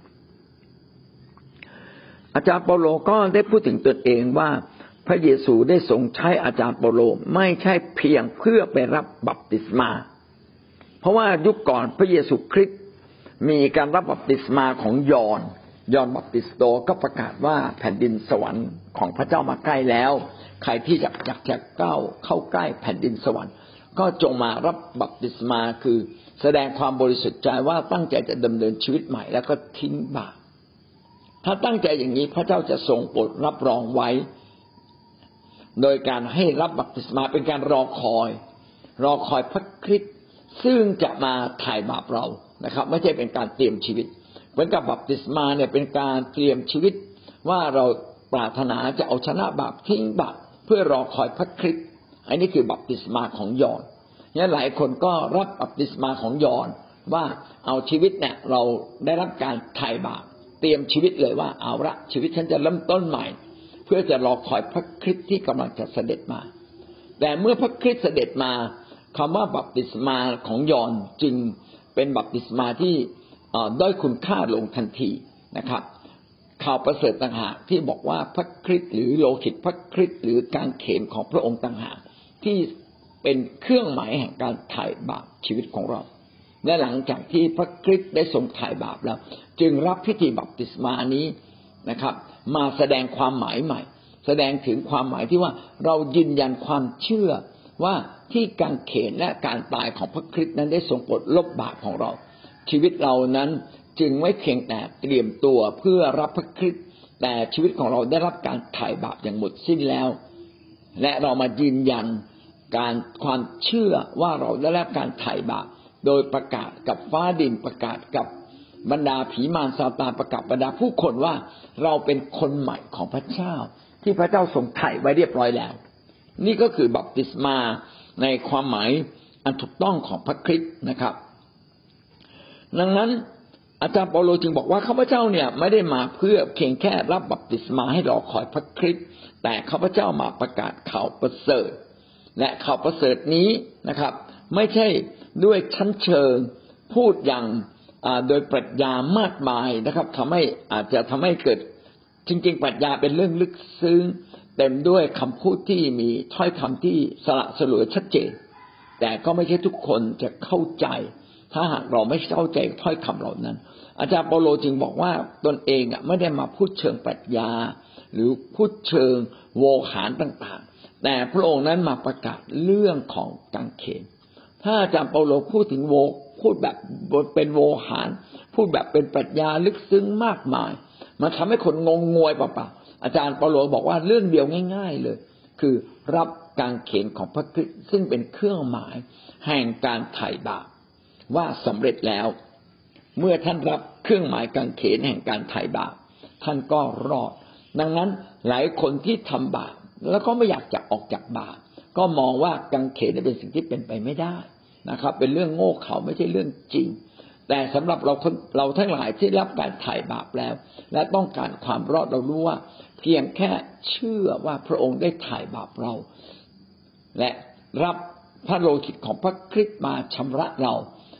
อาจารย์เปาโลก็ได้พูดถึงตนเองว่าพระเยซูได้ทรงใช้อาจารย์เปาโลไม่ใช่เพียงเพื่อไปรับบัพติศมาเพราะว่ายุคก่อนพระเยซูคริสต์มีการรับบัพติศมาของยอห์นยอห์นบัพติสโตก็ประกาศว่าแผ่นดินสวรรค์ของพระเจ้ามาใกล้แล้วใครที่อยากอยากจะก้าวเข้าใกล้แผ่นดินสวรรค์ก็จงมารับบัพติศมาคือแสดงความบริสุทธิ์ใจว่าตั้งใจจะดำเนินชีวิตใหม่แล้วก็ทิ้งบาปถ้าตั้งใจอย่างนี้พระเจ้าจะทรงโปรดรับรองไว้โดยการให้รับบัพติศมาเป็นการรอคอยรอคอยพระคริสต์ซึ่งจะมาไถ่บาปเรานะครับไม่ใช่เป็นการเตรียมชีวิตเหมือนกับบัพติศมาเนี่ยเป็นการเตรียมชีวิตว่าเราปรารถนาจะเอาชนะบาปทิ้งบาปเพื่อรอคอยพระคริสต์อันนี้คือบัพติศมาของยอห์นเนี่ยหลายคนก็รับบัพติศมาของยอห์นว่าเอาชีวิตเนี่ยเราได้รับการไถ่บาปเตรียมชีวิตเลยว่าเอาละชีวิตฉันจะเริ่มต้นใหม่เพื่อจะรอคอยพระคริสต์ที่กำลังจะเสด็จมาแต่เมื่อพระคริสต์เสด็จมาคำว่าบัพติศมาของยอห์นจึงเป็นบัพติศมาที่ด้อยคุณค่าลงทันทีนะครับข่าวประเสริฐต่างหากที่บอกว่าพระคริสต์หรือโลหิตพระคริสต์หรือกางเขนของพระองค์ต่างหากที่เป็นเครื่องหมายแห่งการไถ่บาปชีวิตของเราและหลังจากที่พระคริสต์ได้ทรงไถ่บาปแล้วจึงรับพิธีบัพติศมานี้นะครับมาแสดงความหมายใหม่แสดงถึงความหมายที่ว่าเรายืนยันความเชื่อว่าที่กางเขนและการตายของพระคริสต์นั้นได้ทรงปลดลบบาปของเราชีวิตเรานั้นจึงไม่เพียงแต่เตรียมตัวเพื่อรับพระคริสต์แต่ชีวิตของเราได้รับการไถ่บาปอย่างหมดสิ้นแล้วและเรามายืนยันการความเชื่อว่าเราได้รับการไถ่บาปโดยประกาศกับฟ้าดินประกาศกับบรรดาผีมารซาตานประกาศบรรดาผู้คนว่าเราเป็นคนใหม่ของพระเจ้าที่พระเจ้าทรงไถ่ไว้เรียบร้อยแล้วนี่ก็คือบัพติศมาในความหมายอันถูกต้องของพระคริสต์นะครับดังนั้นอาจารย์เปาโลจึงบอกว่าข้าพเจ้าเนี่ยไม่ได้มาเพื่อเพียงแค่รับบัพติศมาให้รอคอยพระคริสต์แต่ข้าพเจ้ามาประกาศข่าวประเสริฐและข่าวประเสริฐนี้นะครับไม่ใช่ด้วยชั้นเชิงพูดอย่างโดยปรัชญามากมายนะครับทำให้อาจจะทำให้เกิดจริงๆปรัชญาเป็นเรื่องลึกซึ้งเต็มด้วยคำพูดที่มีถ้อยคำที่สละสลวยชัดเจนแต่ก็ไม่ใช่ทุกคนจะเข้าใจถ้าหากเราไม่เข้าใจถ้อยคำเหล่านั้นอาจารย์เปาโลจึงบอกว่าตนเองอ่ะไม่ได้มาพูดเชิงปรัชญาหรือพูดเชิงโวหารต่างๆแต่พระองค์นั้นมาประกาศเรื่องของกางเขนถ้าอาจารย์เปาโลพูดถึงโวพูดแบบเป็นโวหารพูดแบบเป็นปรัชญาลึกซึ้งมากมายมันทำให้คนงงงวยเปล่าๆอาจารย์เปาโลบอกว่าเรื่องเดียวง่ายๆเลยคือรับกางเขนของพระคริสต์ซึ่งเป็นเครื่องหมายแห่งการไถ่บาปว่าสำเร็จแล้วเมื่อท่านรับเครื่องหมายกางเขนแห่งการไถ่บาปท่านก็รอดดังนั้นหลายคนที่ทำบาปแล้วก็ไม่อยากจะออกจากบาปก็มองว่ากางเขนเป็นสิ่งที่เป็นไปไม่ได้นะครับเป็นเรื่องโง่เขลาไม่ใช่เรื่องจริงแต่สำหรับเราเราทั้งหลายที่รับการไถ่บาปแล้วและต้องการความรอดเรารู้ว่าเพียงแค่เชื่อว่าพระองค์ได้ไถ่บาปเราและรับพระโลหิตของพระคริสต์มาชำระเรา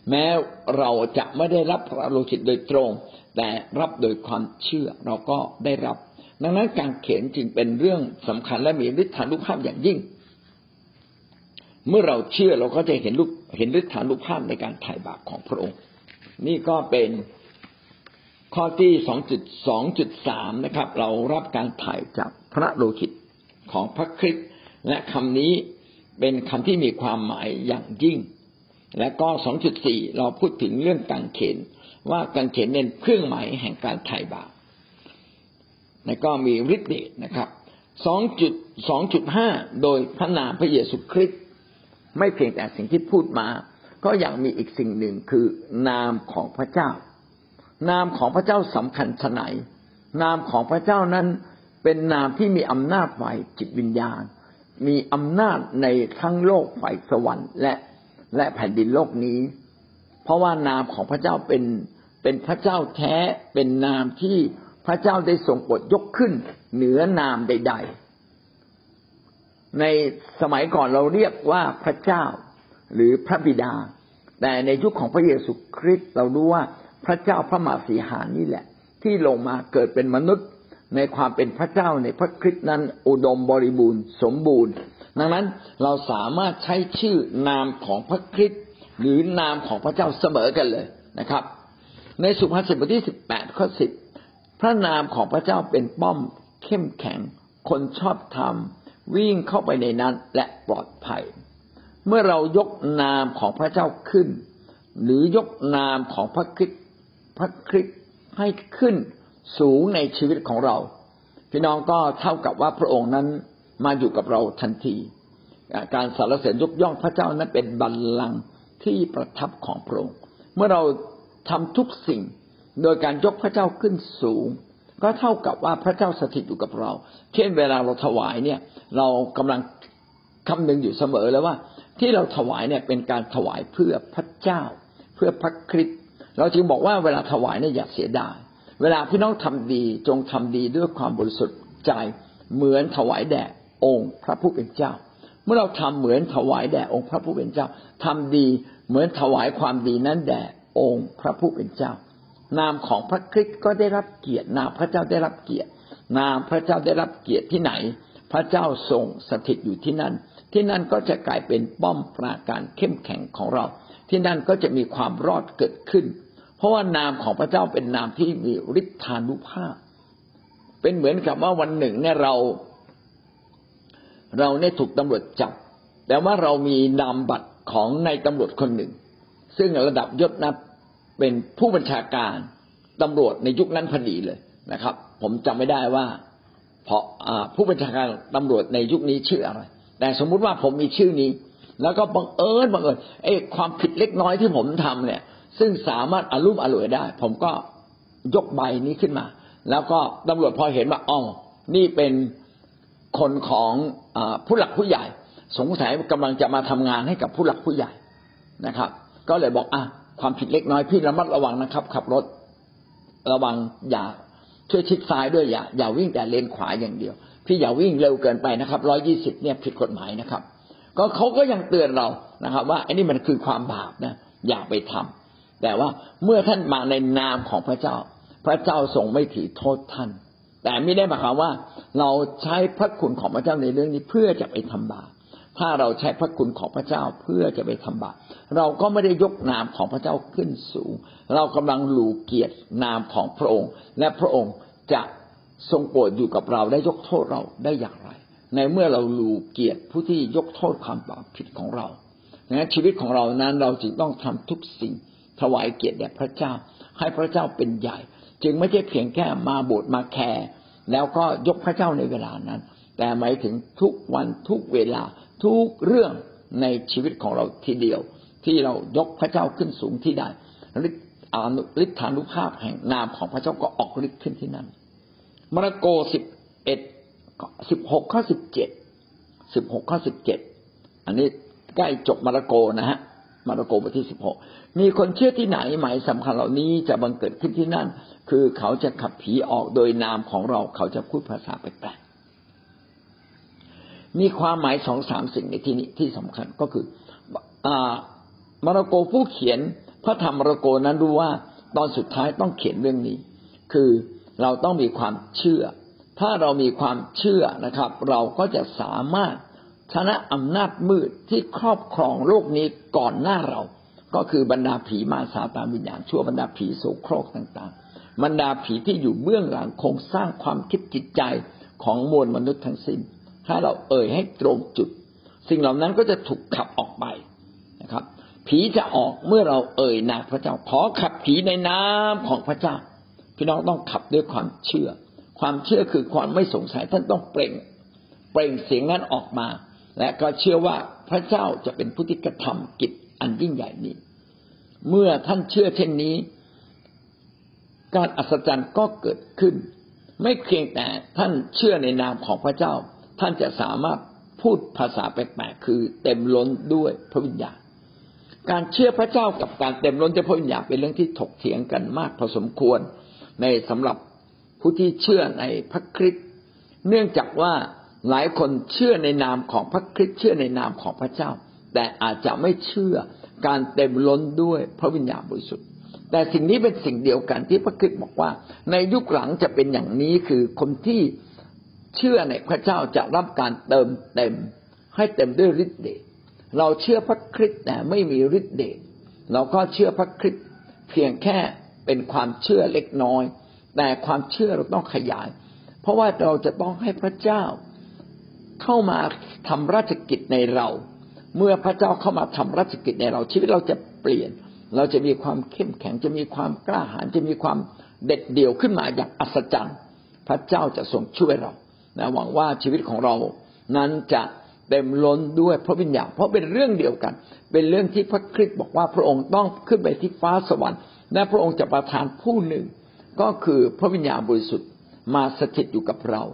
แม้เราจะไม่ได้รับพระโลหิตโดยตรงแต่รับโดยความเชื่อเราก็ได้รับดังนั้นกางเขนจึงเป็นเรื่องสำคัญและมีฤทธานุภาพอย่างยิ่งเมื่อเราเชื่อเราก็จะเห็นรูปเห็นฤทธานุภาพในการไถ่บาปของพระองค์นี่ก็เป็นข้อที่ สองจุดสองจุดสาม นะครับเรารับการไถ่จากพระโลหิตของพระคริสต์และคำนี้เป็นคำที่มีความหมายอย่างยิ่งและก็ สองจุดสี่ เราพูดถึงเรื่องกางเขนว่ากางเขนเป็นเครื่องหมายแห่งการไถ่บาปและก็มีฤทธิ์เดชนะครับ สองจุดสองจุดห้า โดยพระนามพระเยซูคริสต์ไม่เพียงแต่สิ่งที่พูดมาก็ยังมีอีกสิ่งหนึ่งคือนามของพระเจ้านามของพระเจ้าสำคัญไฉนนามของพระเจ้านั้นเป็นนามที่มีอำนาจฝ่ายจิตวิญญาณมีอำนาจในทั้งโลกฝ่ายสวรรค์และและแผ่นดินโลกนี้เพราะว่านามของพระเจ้าเป็นเป็นพระเจ้าแท้เป็นนามที่พระเจ้าได้ทรงโปรดยกขึ้นเหนือนามใดๆในสมัยก่อนเราเรียกว่าพระเจ้าหรือพระบิดาแต่ในยุคของพระเยซูคริสต์เรารู้ว่าพระเจ้าพระมหาสีหานี่แหละที่ลงมาเกิดเป็นมนุษย์ในความเป็นพระเจ้าในพระคริสต์นั้นอุดมบริบูรณ์สมบูรณ์ดังนั้นเราสามารถใช้ชื่อนามของพระคริสต์หรือนามของพระเจ้าเสมอกันเลยนะครับในสุภาษิตบทที่สิบแปดข้อสิบพระนามของพระเจ้าเป็นป้อมเข้มแข็งคนชอบธรรมวิ่งเข้าไปในนั้นและปลอดภัยเมื่อเรายกนามของพระเจ้าขึ้นหรือยกนามของพระคริสต์พระคริสต์ให้ขึ้นสูงในชีวิตของเราพี่น้องก็เท่ากับว่าพระองค์นั้นมาอยู่กับเราทันทีการสรรเสริญยกย่องพระเจ้านั้นเป็นบัลลังก์ที่ประทับของพระองค์เมื่อเราทำทุกสิ่งโดยการยกพระเจ้าขึ้นสูงก็เท่ากับว่าพระเจ้าสถิตอยู่กับเราเช่นเวลาเราถวายเนี่ยเรากำลังคำนึงอยู่เสมอแล้วว่าที่เราถวายเนี่ยเป็นการถวายเพื่อพระเจ้าเพื่อพระคริสต์เราจึงบอกว่าเวลาถวายเนี่ยอย่าเสียดายเวลาพี่น้องทำดีจงทำดีด้วยความบริสุทธิ์ใจเหมือนถวายแด่องค์พระผู้เป็นเจ้าเมื่อเราทำเหมือนถวายแด่องค์พระผู้เป็นเจ้าทำดีเหมือนถวายความดีนั้นแด่องค์พระผู้เป็นเจ้านามของพระคริสต์ก็ได้รับเกียรตินามพระเจ้าได้รับเกียรตินามพระเจ้าได้รับเกียรติที่ไหนพระเจ้าทรงสถิตอยู่ที่นั่นที่นั่นก็จะกลายเป็นป้อมปราการเข้มแข็งของเราที่นั่นก็จะมีความรอดเกิดขึ้นเพราะว่านามของพระเจ้าเป็นนามที่มีฤทธานุภาพเป็นเหมือนกับว่าวันหนึ่งเนี่ยเราเราเนี่ยถูกตำรวจจับแต่ว่าเรามีนามบัตรของนายตำรวจคนหนึ่งซึ่งระดับยศนั้นเป็นผู้บัญชาการตำรวจในยุคนั้นพอดีเลยนะครับผมจำไม่ได้ว่าเพราะผู้บัญชาการตำรวจในยุคนี้ชื่ออะไรแต่สมมุติว่าผมมีชื่อนี้แล้วก็บังเอิญบังเอิญไอ้ความผิดเล็กน้อยที่ผมทำเนี่ยซึ่งสามารถอารมณ์อร่วยได้ผมก็ยกใบนี้ขึ้นมาแล้วก็ตำรวจพอเห็นว่าอ๋อนี่เป็นคนของผู้หลักผู้ใหญ่สงสัยกำลังจะมาทำงานให้กับผู้หลักผู้ใหญ่นะครับก็เลยบอกอ่ะความผิดเล็กน้อยพี่ระมัดระวังนะครับขับรถระวังอย่าช่วยชิดซ้ายด้วยอย่าอย่าวิ่งแต่เลนขวาอย่างเดียวพี่อย่าวิ่งเร็วเกินไปนะครับหนึ่งร้อยยี่สิบเนี่ยผิดกฎหมายนะครับก็เขาก็ยังเตือนเรานะครับว่าไอ้นี่มันคือความบาปนะอย่าไปทำแต่ว่าเมื่อท่านมาในนามของพระเจ้าพระเจ้าทรงไม่ถือโทษท่านแต่ไม่ได้หมายความว่าเราใช้พระคุณของพระเจ้าในเรื่องนี้เพื่อจะไปทำบาปถ้าเราใช้พระคุณของพระเจ้าเพื่อจะไปทำบาปเราก็ไม่ได้ยกนามของพระเจ้าขึ้นสูงเรากำลังหลู่เกียรตินามของพระองค์และพระองค์จะทรงโปรดอยู่กับเราได้ยกโทษเราได้อย่างไรในเมื่อเราหลู่เกียรติผู้ที่ยกโทษความบาปผิดของเราดังนั้นชีวิตของเรานั้นเราจึงต้องทำทุกสิ่งถวายเกียรติแด่พระเจ้าให้พระเจ้าเป็นใหญ่จึงไม่ใช่เพียงแค่มาโบสถ์มาแคร์แล้วก็ยกพระเจ้าในเวลานั้นแต่หมายถึงทุกวันทุกเวลาทุกเรื่องในชีวิตของเราทีเดียวที่เรายกพระเจ้าขึ้นสูงที่ใดฤทธานุภาพแห่งนามของพระเจ้าก็ออกฤทธิ์ขึ้นที่นั่นมาระโกสิบเอ็ดสิบหกข้อสิบเจ็ดสิบหกข้อสิบเจ็ดอันนี้ใกล้จบมาระโกนะฮะมาระโกบทที่สิบหกมีคนเชื่อที่ไหนหมายสำคัญเหล่านี้จะบังเกิดขึ้นที่นั่นคือเขาจะขับผีออกโดยนามของเราเขาจะพูดภาษาแปลกๆมีความหมายสองสามสิ่งในที่นี้ที่สำคัญก็คืออ่ามาระโกผู้เขียนพระธรรมมาระโกนั้นรู้ว่าตอนสุดท้ายต้องเขียนเรื่องนี้คือเราต้องมีความเชื่อถ้าเรามีความเชื่อนะครับเราก็จะสามารถชนะอำนาจมืดที่ครอบครองโลกนี้ก่อนหน้าเราก็คือบรรดาผีมารซาตานวิญญาณชั่วบรรดาผีโสโครกต่างๆบรรดาผีที่อยู่เบื้องหลังโครงสร้างความคิดจิตใจของมวลมนุษย์ทั้งสิ้นถ้าเราเอ่ยให้ตรงจุดสิ่งเหล่านั้นก็จะถูกขับออกไปนะครับผีจะออกเมื่อเราเอ่ยนามพระเจ้าขอขับผีในนามของพระเจ้าพี่น้องต้องขับด้วยความเชื่อความเชื่อคือความไม่สงสัยท่านต้องเปล่งเปล่งเสียงนั้นออกมาและก็เชื่อว่าพระเจ้าจะเป็นผู้ที่กระทำกิจอันยิ่งใหญ่นี้เมื่อท่านเชื่อเช่นนี้การอัศจรรย์ก็เกิดขึ้นไม่เพียงแต่ท่านเชื่อในนามของพระเจ้าท่านจะสามารถพูดภาษาแปลกๆคือเต็มล้นด้วยพระวิญญาณการเชื่อพระเจ้ากับการเต็มล้นด้วยพระวิญญาณเป็นเรื่องที่ถกเถียงกันมากพอสมควรในสำหรับผู้ที่เชื่อในพระคริสต์เนื่องจากว่าหลายคนเชื่อในนามของพระคริสต์เชื่อในนามของพระเจ้าแต่อาจจะไม่เชื่อการเต็มล้นด้วยพระวิญญาณบริสุทธิ์แต่สิ่งนี้เป็นสิ่งเดียวกันที่พระคริสต์บอกว่าในยุคหลังจะเป็นอย่างนี้คือคนที่เชื่อในพระเจ้าจะรับการเติมเต็มให้เต็มด้วยฤทธิ์เดชเราเชื่อพระคริสต์แต่ไม่มีฤทธิ์เดชเราก็เชื่อพระคริสต์เพียงแค่เป็นความเชื่อเล็กน้อยแต่ความเชื่อเราต้องขยายเพราะว่าเราจะต้องให้พระเจ้าเข้ามาทำราชกิจในเราเมื่อพระเจ้าเข้ามาทำราชกิจในเราชีวิตเราจะเปลี่ยนเราจะมีความเข้มแข็งจะมีความกล้าหาญจะมีความเด็ดเดี่ยวขึ้นมาอย่างอัศจรรย์พระเจ้าจะทรงช่วยเรานะหวังว่าชีวิตของเรานั้นจะเต็มล้นด้วยพระวิญญาณเพราะเป็นเรื่องเดียวกันเป็นเรื่องที่พระคริสต์บอกว่าพระองค์ต้องขึ้นไปที่ฟ้าสวรรค์และพระองค์จะประทานผู้หนึ่งก็คือพระวิญญาณบริสุทธิ์มาสถิตอยู่กับเรา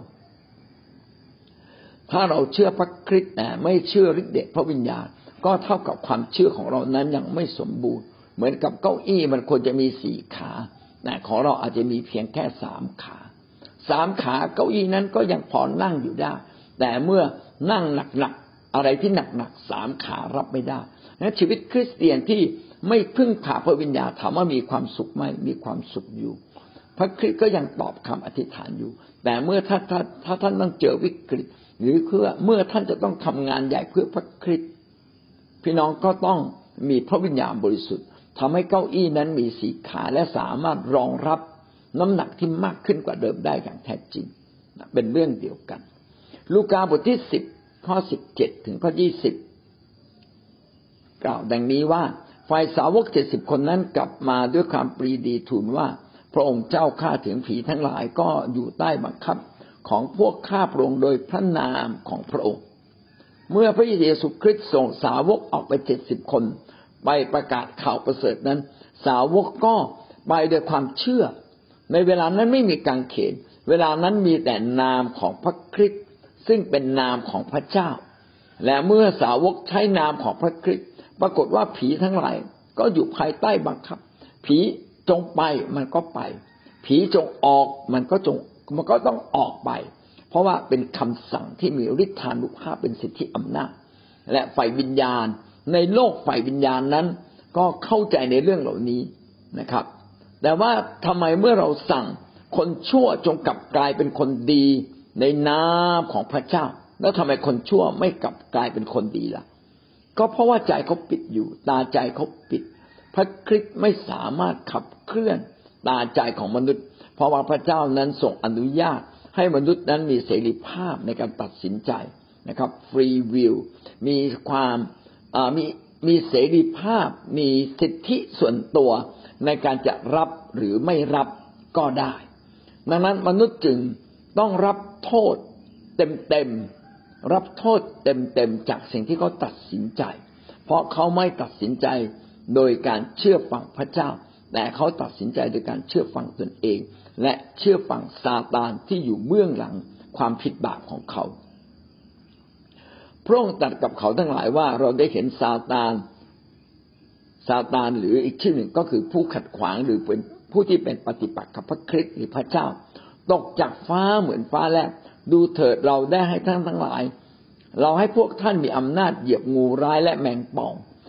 ถ้าเราเชื่อพระคริสต์แต่ไม่เชื่อฤทธิ์เดชพระวิญญาณก็เท่ากับความเชื่อของเรานั้นยังไม่สมบูรณ์เหมือนกับเก้าอี้มันควรจะมีสี่ขาแต่ของเราอาจจะมีเพียงแค่สามขาสามขาเก้าอี้นั้นก็ยังพอนั่งอยู่ได้แต่เมื่อนั่งหนักๆอะไรที่หนักๆสามขารับไม่ได้และชีวิตคริสเตียนที่ไม่พึ่งพาพระวิญญาณถามว่ามีความสุขไหมมีความสุขอยู่พระคริสต์ก็ยังตอบคำอธิษฐานอยู่แต่เมื่อถ้าถ้าถ้าท่านต้องเจอวิกฤตหรือเพื่อเมื่อท่านจะต้องทำงานใหญ่เพื่อพระคริสต์พี่น้องก็ต้องมีพระวิญญาณบริสุทธิ์ทำให้เก้าอี้นั้นมีสี่ขาและสามารถรองรับน้ำหนักที่มากขึ้นกว่าเดิมได้อย่างแท้จริงเป็นเรื่องเดียวกันลูกาบทที่สิบข้อสิบเจ็ดถึงข้อยี่สิบกล่าวดังนี้ว่าฝ่ายสาวกเจ็ดสิบคนนั้นกลับมาด้วยความปรีดีทูลว่าพระองค์เจ้าข้าถึงผีทั้งหลายก็อยู่ใต้บังคับของพวกข้าพระองค์โดยพระนามของพระองค์เมื่อพระเยซูคริสต์ส่งสาวกออกไปเจ็ดสิบคนไปประกาศข่าวประเสริฐนั้นสาวกก็ไปด้วยความเชื่อในเวลานั้นไม่มีกางเขนเวลานั้นมีแต่นามของพระคริสต์ซึ่งเป็นนามของพระเจ้าและเมื่อสาวกใช้นามของพระคริสต์ปรากฏว่าผีทั้งหลายก็อยู่ภายใต้บังคับผีจงไปมันก็ไปผีจงออกมันก็จงมันก็ต้องออกไปเพราะว่าเป็นคำสั่งที่มีฤทธานุภาพเป็นสิทธิอำนาจและฝ่ายวิญญาณในโลกฝ่ายวิญญาณนั้นก็เข้าใจในเรื่องเหล่านี้นะครับแต่ว่าทำไมเมื่อเราสั่งคนชั่วจงกลับกลายเป็นคนดีในนามของพระเจ้าแล้วทำไมคนชั่วไม่กลับกลายเป็นคนดีล่ะก็เพราะว่าใจเขาปิดอยู่ตาใจเขาปิดพระคริสต์ไม่สามารถขับเคลื่อนตาใจของมนุษย์เพราะว่าพระเจ้านั้นทรงอนุญาตให้มนุษย์นั้นมีเสรีภาพในการตัดสินใจนะครับฟรีวิลมีความมีมีเสรีภาพมีสิทธิส่วนตัวในการจะรับหรือไม่รับก็ได้ดังนั้นมนุษย์จึงต้องรับโทษเต็มๆรับโทษเต็มๆจากสิ่งที่เขาตัดสินใจเพราะเขาไม่ตัดสินใจโดยการเชื่อฟังพระเจ้าแต่เขาตัดสินใจโดยการเชื่อฟังตนเองและเชื่อฟังซาตานที่อยู่เบื้องหลังความผิดบาปของเขาพระองค์ตรัสกับเขาทั้งหลายว่าเราได้เห็นซาตานซาตานหรืออีกชื่อหนึ่งก็คือผู้ขัดขวางหรือเป็นผู้ที่เป็นปฏิปักษ์กับพระคริสต์หรือพระเจ้าตกจากฟ้าเหมือนฟ้าแลบดูเถิดเราได้ให้ท่านทั้งหลายเราให้พวกท่านมีอำนาจเหยียบงูร้ายและแมงป่อง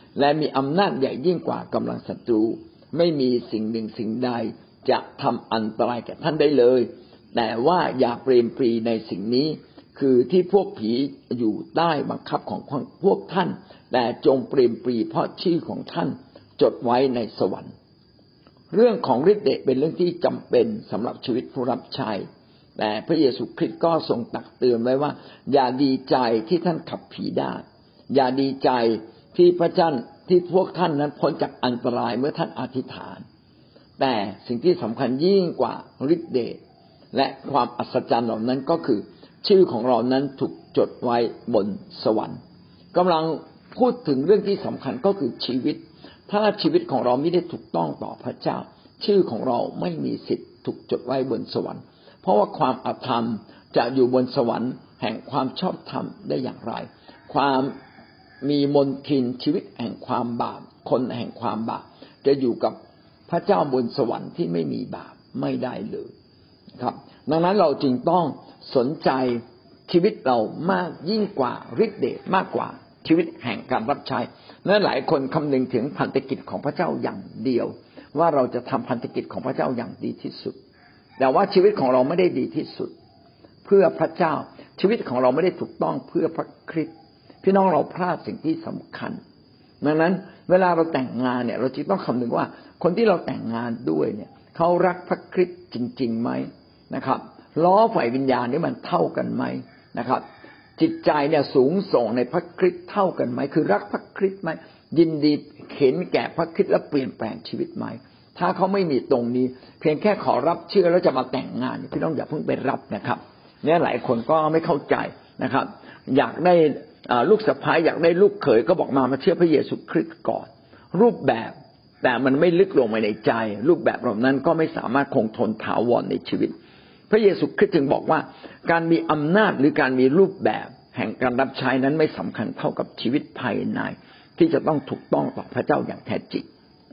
และมีอำนาจใหญ่ยิ่งกว่ากำลังศัตรูไม่มีสิ่งหนึ่งสิ่งใดจะทำอันตรายแก่ท่านได้เลยแต่ว่าอย่าเปรมปรีในสิ่งนี้คือที่พวกผีอยู่ใต้บังคับของพวกท่านแต่จงเปรมปรีเพราะชื่อของท่านจดไว้ในสวรรค์เรื่องของฤทธิ์เดชเป็นเรื่องที่จำเป็นสำหรับชีวิตผู้รับใช้แต่พระเยซูคริสต์ก็ทรงตักเตือนไว้ว่าอย่าดีใจที่ท่านขับผีได้อย่าดีใจที่พระเจ้าที่พวกท่านนั้นพ้นจากอันตรายเมื่อท่านอธิษฐานแต่สิ่งที่สำคัญยิ่งกว่าฤทธิ์เดชและความอัศจรรย์เหล่านั้นก็คือชื่อของเรานั้นถูกจดไว้บนสวรรค์กำลังพูดถึงเรื่องที่สำคัญก็คือชีวิตถ้าชีวิตของเราไม่ได้ถูกต้องต่อพระเจ้าชื่อของเราไม่มีสิทธิ์ถูกจดไว้บนสวรรค์เพราะว่าความอธรรมจะอยู่บนสวรรค์แห่งความชอบธรรมได้อย่างไรความมีมนทินชีวิตแห่งความบาปคนแห่งความบาปจะอยู่กับพระเจ้าบนสวรรค์ที่ไม่มีบาปไม่ได้เลยครับดังนั้นเราจึงต้องสนใจชีวิตเรามากยิ่งกว่าฤทธิ์เดชมากกว่าชีวิตแห่งการรับใช้และหลายคนคำนึงถึงพันธกิจของพระเจ้าอย่างเดียวว่าเราจะทำพันธกิจของพระเจ้าอย่างดีที่สุดแต่ว่าชีวิตของเราไม่ได้ดีที่สุดเพื่อพระเจ้าชีวิตของเราไม่ได้ถูกต้องเพื่อพระคริสต์พี่น้องเราพลาดสิ่งที่สำคัญดังนั้นเวลาเราแต่งงานเนี่ยเราจึงต้องคำนึงว่าคนที่เราแต่งงานด้วยเนี่ยเขารักพระคริสต์จริงๆไหมนะครับล้อฝ่ายวิญญาณนี่มันเท่ากันไหมนะครับจิตใจเนี่ยสูงส่งในพระคริสต์เท่ากันไหมคือรักพระคริสต์ไหมยินดีเข็นแก่พระคริสต์และเปลี่ยนแปลงชีวิตไหมถ้าเขาไม่มีตรงนี้เพียงแค่ขอรับเชื่อแล้วจะมาแต่งงานพี่น้องอย่าเพิ่งไปรับนะครับเนี่ยหลายคนก็ไม่เข้าใจนะครับอยากได้ลูกสะใภ้อยากได้ลูกเขยก็บอกมามาเชื่อพระเยซูคริสต์ก่อนรูปแบบแต่มันไม่ลึกลงไปในใจรูปแบบเหล่านั้นก็ไม่สามารถคงทนถาวรในชีวิตพระเยซูคริสต์จึงบอกว่าการมีอำนาจหรือการมีรูปแบบแห่งการรับใช้นั้นไม่สำคัญเท่ากับชีวิตภายในที่จะต้องถูกต้องต่อพระเจ้าอย่างแท้จริง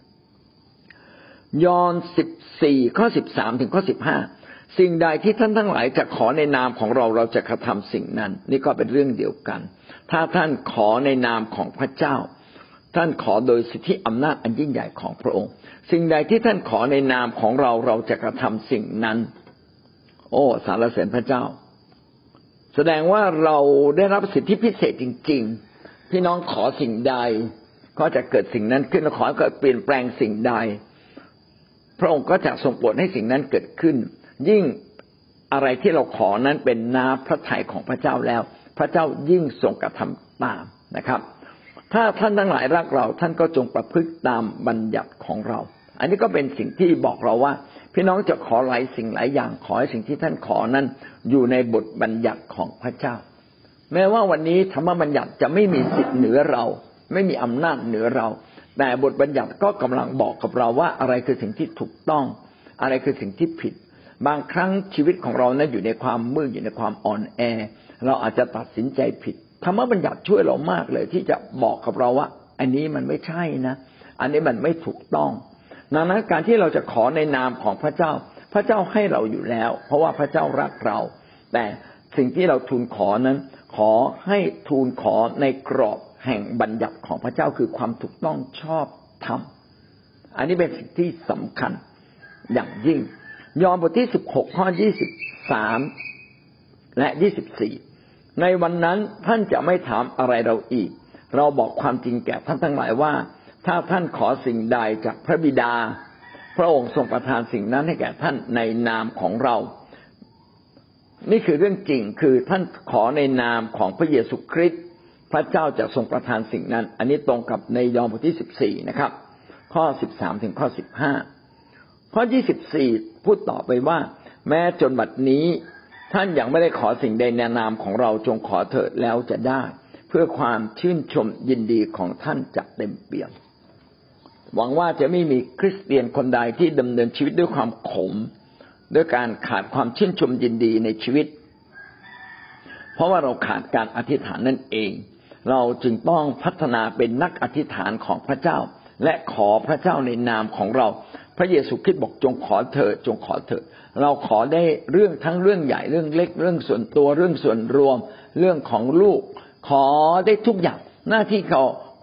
ยอห์นสิบสี่ข้อสิบสามถึงข้อสิบห้าสิ่งใดที่ท่านทั้งหลายจะขอในนามของเราเราจะกระทำสิ่งนั้นนี่ก็เป็นเรื่องเดียวกันถ้าท่านขอในนามของพระเจ้าท่านขอโดยสิทธิอำนาจอันยิ่งใหญ่ของพระองค์สิ่งใดที่ท่านขอในนามของเราเราจะกระทำสิ่งนั้นโอ้สรรเสริญพระเจ้าแสดงว่าเราได้รับสิทธิพิเศษจริงๆพี่น้องขอสิ่งใดก็จะเกิดสิ่งนั้นขึ้นขอเกิดเปลี่ยนแปลงสิ่งใดพระองค์ก็จะทรงโปรดให้สิ่งนั้นเกิดขึ้นยิ่งอะไรที่เราขอนั้นเป็นน้ำพระทัยของพระเจ้าแล้วพระเจ้ายิ่งทรงกระทำตามนะครับถ้าท่านทั้งหลายรักเราท่านก็จงประพฤติตามบัญญัติของเราอันนี้ก็เป็นสิ่งที่บอกเราว่าพี่น้องจะขอหลายสิ่งหลายอย่างขอให้สิ่งที่ท่านขอนั้นอยู่ในบทบัญญัติของพระเจ้าแม้ว่าวันนี้ธรรมบัญญัติจะไม่มีสิทธิ์เหนือเราไม่มีอำนาจเหนือเราแต่บทบัญญัติก็กำลังบอกกับเราว่าอะไรคือสิ่งที่ถูกต้องอะไรคือสิ่งที่ผิดบางครั้งชีวิตของเรานั้นอยู่ในความมืดอยู่ในความอ่อนแอเราอาจจะตัดสินใจผิดธรรมบัญญัติช่วยเรามากเลยที่จะบอกกับเราว่าอันนี้มันไม่ใช่นะอันนี้มันไม่ถูกต้องดังนั้นการที่เราจะขอในนามของพระเจ้าพระเจ้าให้เราอยู่แล้วเพราะว่าพระเจ้ารักเราแต่สิ่งที่เราทูลขอนั้นขอให้ทูลขอในกรอบแห่งบัญญัติของพระเจ้าคือความถูกต้องชอบธรรมอันนี้เป็นสิ่งที่สำคัญอย่างยิ่งยอห์นบทที่สิบหกข้อยี่สิบสามและยี่สิบสี่ในวันนั้นท่านจะไม่ถามอะไรเราอีกเราบอกความจริงแก่ท่านทั้งหลายว่าถ้าท่านขอสิ่งใดจากพระบิดาพระองค์ทรงประทานสิ่งนั้นให้แก่ท่านในนามของเรานี่คือเรื่องจริงคือท่านขอในนามของพระเยซูคริสต์พระเจ้าจะทรงประทานสิ่งนั้นอันนี้ตรงกับในยอห์นบทที่สิบสี่นะครับข้อสิบสามถึงข้อสิบห้าข้อยี่สิบสี่พูดต่อไปว่าแม้จนบัดนี้ท่านยังไม่ได้ขอสิ่งใดในนามของเราจงขอเถิดแล้วจะได้เพื่อความชื่นชมยินดีของท่านจะเต็มเปี่ยมหวังว่าจะไม่มีคริสเตียนคนใดที่ดำเนินชีวิตด้วยความขมด้วยการขาดความชื่นชมยินดีในชีวิตเพราะว่าเราขาดการอธิษฐานนั่นเองเราจึงต้องพัฒนาเป็นนักอธิษฐานของพระเจ้าและขอพระเจ้าในนามของเราพระเยซูคริสต์บอกจงขอเถิดจงขอเถิดเราขอได้เรื่องทั้งเรื่องใหญ่เรื่องเล็กเรื่องส่วนตัวเรื่องส่วนรวมเรื่องของลูกขอได้ทุกอย่างหน้าที่เขา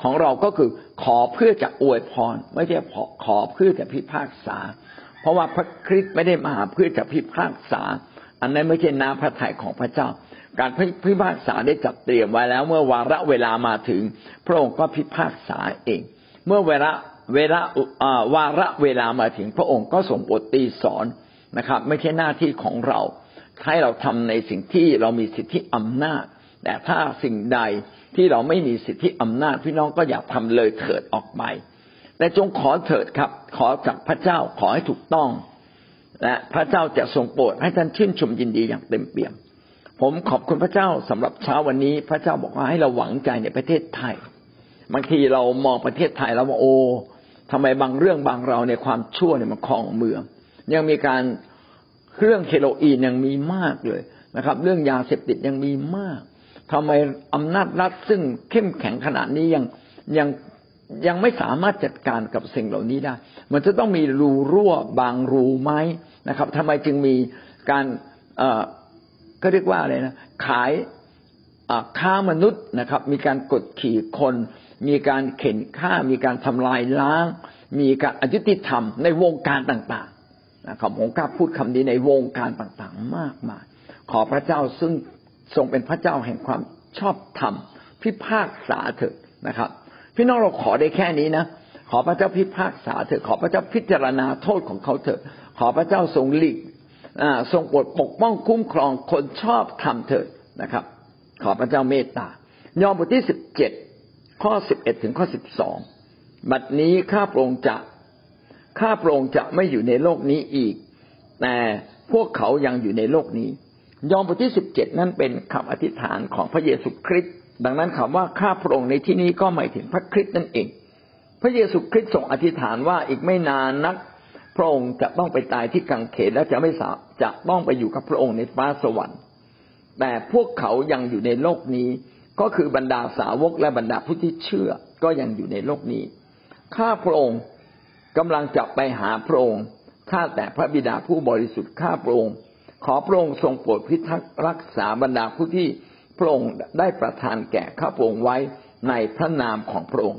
ของเราก็คือขอเพื่อจะอวยพรไม่ใช่ขอเพื่อจะพิพากษาเพราะว่าพระคริสต์ไม่ได้มาเพื่อจะพิพากษาอันนั้นไม่ใช่น้ำพระทัยของพระเจ้าการพิพากษาได้จัดเตรียมไว้แล้วเมื่อวาระเวลามาถึงพระองค์ก็พิพากษาเองเมื่อเวลาเวลาวาระเวลามาถึงพระองค์ก็ส่งบทตีสอนนะครับไม่ใช่หน้าที่ของเราให้เราทำในสิ่งที่เรามีสิทธิอำนาจแต่ถ้าสิ่งใดที่เราไม่มีสิทธิอำนาจพี่น้องก็อย่าทำเลยเถิดออกไปแต่จงขอเถิดครับขอจากพระเจ้าขอให้ถูกต้องและพระเจ้าจะทรงโปรดให้ท่านชื่นชมยินดีอย่างเต็มเปี่ยมผมขอบคุณพระเจ้าสำหรับเช้าวันนี้พระเจ้าบอกว่าให้เราหวังใจในประเทศไทยบางทีเรามองประเทศไทยแล้วว่าโอ้ทำไมบางเรื่องบางเราในความชั่วเนี่ยมันครองเมืองยังมีการเรื่องเฮโรอีนยังมีมากเลยนะครับเรื่องยาเสพติดยังมีมากทำไมอำนาจรัฐซึ่งเข้มแข็งขนาดนี้ยังยังยังไม่สามารถจัดการกับสิ่งเหล่านี้ได้มันจะต้องมีรูรั่วบางรูไหมนะครับทำไมจึงมีการเอ่อก็เรียกว่าอะไรนะขายค้ามนุษย์นะครับมีการกดขี่คนมีการเข็นฆ่ามีการทำลายล้างมีการอยุติธรรมในวงการต่างๆนะครับผมกล้าพูดคำนี้ในวงการต่างๆมากมายขอพระเจ้าซึ่งทรงเป็นพระเจ้าแห่งความชอบธรรมพิพากษาเถิดนะครับพี่น้องเราขอได้แค่นี้นะขอพระเจ้าพิพากษาเถิดขอพระเจ้าพิจารณาโทษของเขาเถิดขอพระเจ้าทรงหลีกทรงโปรดปกป้องคุ้มครองคนชอบธรรมเถิดนะครับขอพระเจ้าเมตตายอห์นบทที่สิบเจ็ดข้อสิบเอ็ดถึงข้อสิบสองบัดนี้ข้าพระองค์จะข้าพระองค์จะไม่อยู่ในโลกนี้อีกแต่พวกเขายังอยู่ในโลกนี้ยอห์นบทที่สิบเจ็ดนั่นเป็นคำอธิษฐานของพระเยซูคริสต์ดังนั้นคำว่าข้าพระองค์ในที่นี้ก็หมายถึงพระคริสต์นั่นเองพระเยซูคริสต์ทรงอธิษฐานว่าอีกไม่นานนักพระองค์จะต้องไปตายที่กังเขนและจะไม่สามารถจะต้องไปอยู่กับพระองค์ในฟ้าสวรรค์แต่พวกเขายังอยู่ในโลกนี้ก็คือบรรดาสาวกและบรรดาผู้ที่เชื่อก็ยังอยู่ในโลกนี้ข้าพระองค์กำลังจะไปหาพระองค์ข้าแต่พระบิดาผู้บริสุทธิ์ข้าพระองค์ขอพระองค์ทรงโปรดพิทักษ์รักษาบรรดาผู้ที่พระองค์ได้ประทานแก่ข้าพระองค์ไว้ในพระนามของพระองค์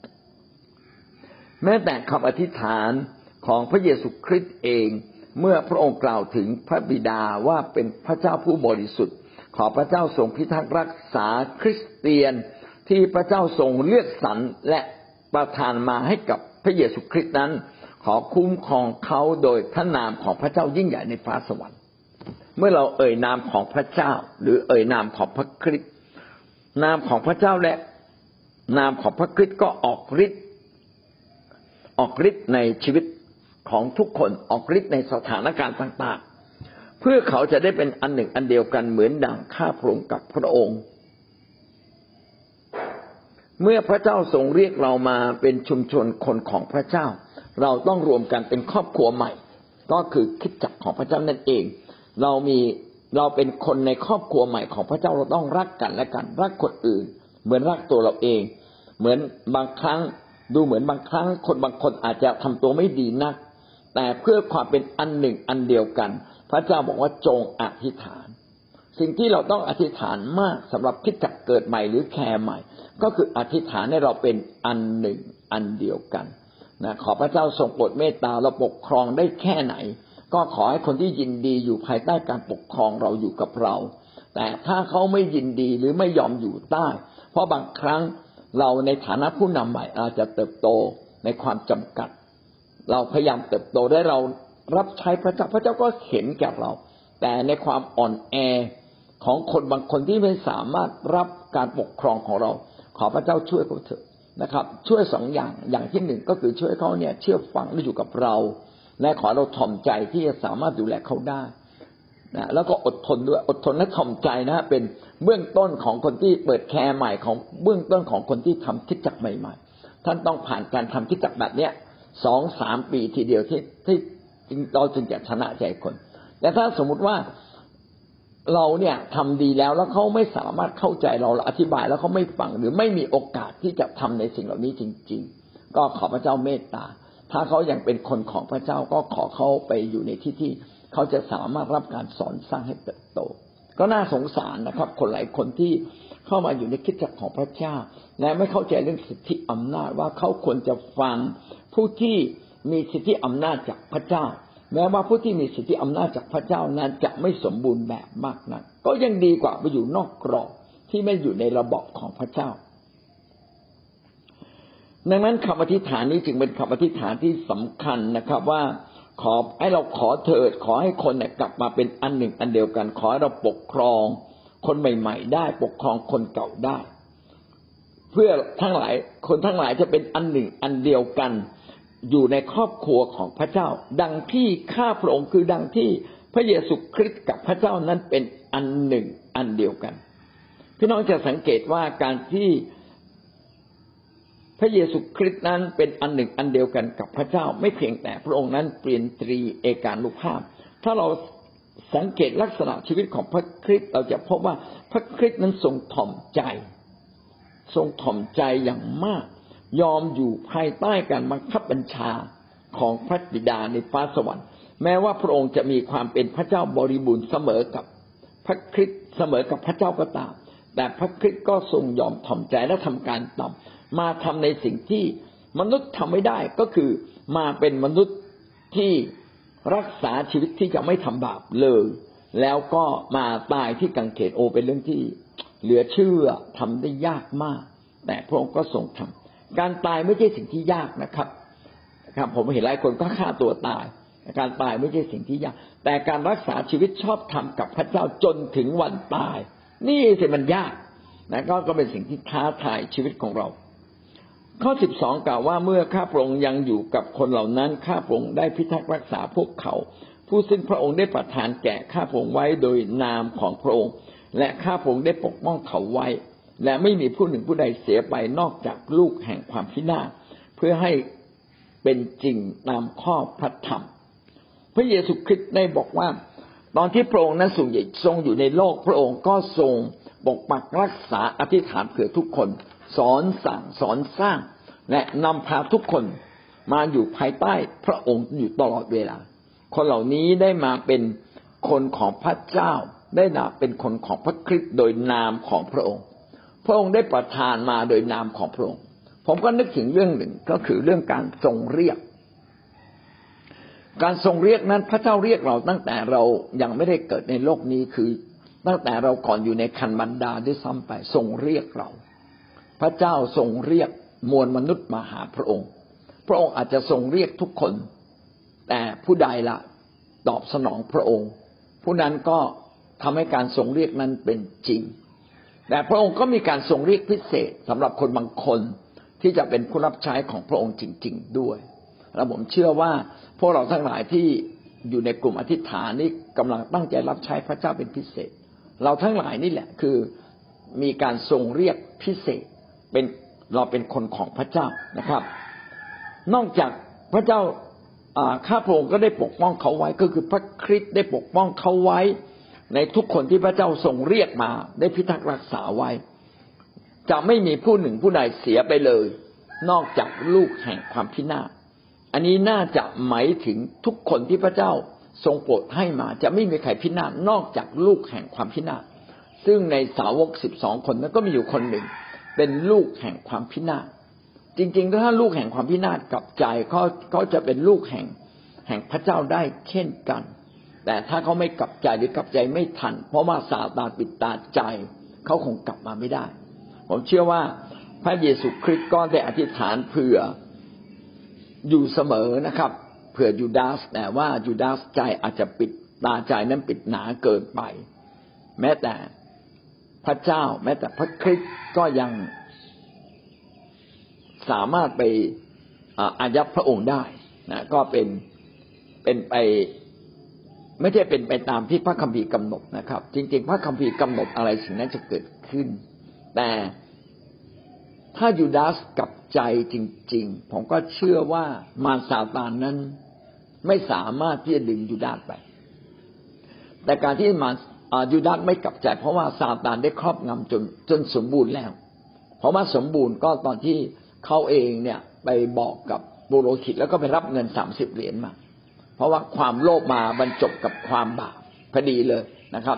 แม้แต่คำอธิษฐานของพระเยซูคริสต์เองเมื่อพระองค์กล่าวถึงพระบิดาว่าเป็นพระเจ้าผู้บริสุทธิ์ขอพระเจ้าทรงพิทักษ์รักษาคริสเตียนที่พระเจ้าทรงเลือกสรรและประทานมาให้กับพระเยซูคริสต์นั้นขอคุ้มครองเขาโดยพระนามของพระเจ้ายิ่งใหญ่ในฟ้าสวรรค์เมื่อเราเอ่ยนามของพระเจ้าหรือเอ่ยนามของพระคริสต์นามของพระเจ้าและนามของพระคริสต์ก็ออกฤทธิ์ออกฤทธิ์ในชีวิตของทุกคนออกฤทธิ์ในสถานการณ์ต่างๆเพื่อเขาจะได้เป็นอันหนึ่งอันเดียวกันเหมือนดั่งข้าพระองค์กับพระองค์เมื่อพระเจ้าทรงเรียกเรามาเป็นชุมชนคนของพระเจ้าเราต้องรวมกันเป็นครอบครัวใหม่ก็คือคริสตจักรของพระเจ้านั่นเองเรามีเราเป็นคนในครอบครัวใหม่ของพระเจ้าเราต้องรักกันและกันรักคนอื่นเหมือนรักตัวเราเองเหมือนบางครั้งดูเหมือนบางครั้งคนบางคนอาจจะทำตัวไม่ดีนักแต่เพื่อความเป็นอันหนึ่งอันเดียวกันพระเจ้าบอกว่าจงอธิษฐานสิ่งที่เราต้องอธิษฐานมากสำหรับคริสตจักรเกิดใหม่หรือแคร์ใหม่ก็คืออธิษฐานให้เราเป็นอันหนึ่งอันเดียวกันนะขอพระเจ้าทรงโปรดเมตตาเราปกครองได้แค่ไหนก็ขอให้คนที่ยินดีอยู่ภายใต้การปกครองเราอยู่กับเราแต่ถ้าเขาไม่ยินดีหรือไม่ยอมอยู่ใต้เพราะบางครั้งเราในฐานะผู้นำใหม่อาจจะเติบโตในความจำกัดเราพยายามเติบโตได้เรารับใช้พระเจ้าพระเจ้าก็เห็นแก่เราแต่ในความอ่อนแอของคนบางคนที่ไม่สามารถรับการปกครองของเราขอพระเจ้าช่วยเขาเถอะนะครับช่วยสองอย่างอย่างที่หนึ่งก็คือช่วยเขาเนี่ยเชื่อฟังและอยู่กับเราและขอเราถ่อมใจที่จะสามารถดูแลเขาได้นะแล้วก็อดทนด้วยอดทนและถ่อมใจนะเป็นเบื้องต้นของคนที่เปิดแคร์ใหม่ของเบื้องต้นของคนที่ทำคริสตจักรใหม่ๆท่านต้องผ่านการทำคริสตจักรแบบเนี้ยสองสามปีทีเดียวที่ที่เราจึงจะชนะใจคนแต่ถ้าสมมุติว่าเราเนี่ยทำดีแล้วแล้วเขาไม่สามารถเข้าใจเราอธิบายแล้วเขาไม่ฟังหรือไม่มีโอกาสที่จะทำในสิ่งเหล่านี้จริงๆก็ขอพระเจ้าเมตตาถ้าเขายังเป็นคนของพระเจ้าก็ขอเขาไปอยู่ในที่ที่เขาจะสามารถรับการสอนสร้างให้เติบโตก็น่าสงสารนะครับคนหลายคนที่เข้ามาอยู่ในคริสตจักรของพระเจ้าและไม่เข้าใจเรื่องสิทธิอำนาจว่าเขาควรจะฟังผู้ที่มีสิทธิอำนาจจากพระเจ้าแม้ว่าผู้ที่มีสิทธิอำนาจจากพระเจ้านั้นจะไม่สมบูรณ์แบบมากนักก็ยังดีกว่าไปอยู่นอกกรอบที่ไม่อยู่ในระบบของพระเจ้าดังนั้นคำอธิษฐานนี้จึงเป็นคำอธิษฐานที่สำคัญนะครับว่าขอให้เราขอเถิดขอให้คนเนี่ยกลับมาเป็นอันหนึ่งอันเดียวกันขอให้เราปกครองคนใหม่ๆได้ปกครองคนเก่าได้เพื่อทั้งหลายคนทั้งหลายจะเป็นอันหนึ่งอันเดียวกันอยู่ในครอบครัวของพระเจ้าดังที่ข้าพระองค์คือดังที่พระเยซูคริสต์กับพระเจ้านั้นเป็นอันหนึ่งอันเดียวกันพี่น้องจะสังเกตว่าการที่พระเยซูคริสต์นั้นเป็นอันหนึ่งอันเดียวกันกับพระเจ้าไม่เพียงแต่พระองค์นั้นเปลี่ยนตรีเอกานุภาพถ้าเราสังเกตลักษณะชีวิตของพระคริสต์เราจะพบว่าพระคริสต์นั้นทรงถ่อมใจทรงถ่อมใจอย่างมากยอมอยู่ภายใต้การบังคับบัญชาของพระบิดาในฟ้าสวรรค์แม้ว่าพระองค์จะมีความเป็นพระเจ้าบริบูรณ์เสมอกับพระคริสต์เสมอกับพระเจ้าก็ตามแต่พระคริสต์ก็ทรงยอมถ่อมใจและทำการต่ำมาทำในสิ่งที่มนุษย์ทำไม่ได้ก็คือมาเป็นมนุษย์ที่รักษาชีวิตที่จะไม่ทำบาปเลยแล้วก็มาตายที่กางเขนโอเป็นเรื่องที่เหลือเชื่อทำได้ยากมากแต่พระองค์ก็ทรงทำการตายไม่ใช่สิ่งที่ยากนะครับครับผมเห็นหลายคนก็ฆ่าตัวตายการตายไม่ใช่สิ่งที่ยากแต่การรักษาชีวิตชอบธรรมกับพระเจ้าจนถึงวันตายนี่สิมันยากนะก็ก็เป็นสิ่งที่ท้าทายชีวิตของเราข้อสิบสองกล่าวว่าเมื่อข้าพระองค์ยังอยู่กับคนเหล่านั้นข้าพระองค์ได้พิทักษ์รักษาพวกเขาผู้ซึ่งพระองค์ได้ประทานแก่ข้าพระองค์ไว้โดยนามของพระองค์และข้าพระองค์ได้ปกป้องเขาไว้และไม่มีผู้หนึ่งผู้ใดเสียไปนอกจากลูกแห่งความพินาศเพื่อให้เป็นจริงตามข้อพระธรรมพระเยซูคริสต์ได้บอกว่าตอนที่พระองค์นั้นทรงอยู่ในโลกพระองค์ก็ทรงปกปักรักษาอธิษฐานเผื่อทุกคนสอนสั่งสอนสร้างและนำพาทุกคนมาอยู่ภายใต้พระองค์อยู่ตลอดเวลาคนเหล่านี้ได้มาเป็นคนของพระเจ้าได้มาเป็นคนของพระคริสต์โดยนามของพระองค์พระองค์ได้ประทานมาโดยนามของพระองค์ผมก็นึกถึงเรื่องหนึ่งก็คือเรื่องการทรงเรียกการทรงเรียกนั้นพระเจ้าเรียกเราตั้งแต่เรายังไม่ได้เกิดในโลกนี้คือตั้งแต่เราก่อนอยู่ในครรภ์มารดาด้วยซ้ำไปทรงเรียกเราพระเจ้าทรงเรียกมวลมนุษย์มาหาพระองค์พระองค์อาจจะทรงเรียกทุกคนแต่ผู้ใดล่ะตอบสนองพระองค์ผู้นั้นก็ทำให้การทรงเรียกนั้นเป็นจริงแต่พระองค์ก็มีการทรงเรียกพิเศษสำหรับคนบางคนที่จะเป็นผู้รับใช้ของพระองค์จริงๆด้วยและผมเชื่อว่าพวกเราทั้งหลายที่อยู่ในกลุ่มอธิษฐานนี้กำลังตั้งใจรับใช้พระเจ้าเป็นพิเศษเราทั้งหลายนี่แหละคือมีการทรงเรียกพิเศษเป็นเราเป็นคนของพระเจ้านะครับนอกจากพระเจ้าข้าพระองค์ก็ได้ปกป้องเขาไว้ก็คือพระคริสต์ได้ปกป้องเขาไว้ในทุกคนที่พระเจ้าทรงเรียกมาได้พิทักษ์รักษาไว้จะไม่มีผู้หนึ่งผู้ใดเสียไปเลยนอกจากลูกแห่งความพินาศอันนี้น่าจะหมายถึงทุกคนที่พระเจ้าทรงโปรดให้มาจะไม่มีใครพินาศนอกจากลูกแห่งความพินาศซึ่งในสาวกสิบสองคนนั้นก็มีอยู่คนหนึ่งเป็นลูกแห่งความพินาศจริงๆถ้าลูกแห่งความพินาศกลับใจเขาเขาจะเป็นลูกแห่งแห่งพระเจ้าได้เช่นกันแต่ถ้าเขาไม่กลับใจหรือกลับใจไม่ทันเพราะว่าซาตานปิดตาใจเขาคงกลับมาไม่ได้ผมเชื่อว่าพระเยซูคริสต์ก็ได้อธิษฐานเผื่ออยู่เสมอนะครับเผื่อยูดาสแต่ว่ายูดาสใจอาจจะปิดตาใจนั้นปิดหนาเกินไปแม้แต่พระเจ้าแม้แต่พระคริสต์ก็ยังสามารถไปอายัดพระองค์ได้นะก็เป็นเป็นไปไม่ใช่เป็นไปตามที่พระคัมภีร์กำหนดนะครับจริงๆพระคัมภีร์กำหนดอะไรสิ่งนั้นจะเกิดขึ้นแต่ถ้ายูดาสกลับใจจริงๆผมก็เชื่อว่ามารซาตานนั้นไม่สามารถที่จะดึงยูดาสไปแต่การที่มารยูดาสไม่กลับใจเพราะว่าซาตานได้ครอบงำจนจนสมบูรณ์แล้วเพราะว่าสมบูรณ์ก็ตอนที่เขาเองเนี่ยไปบอกกับปุโรหิตแล้วก็ไปรับเงินสามสิบเหรียญมาเพราะว่าความโลภมาบรรจบกับความบาปพอดีเลยนะครับ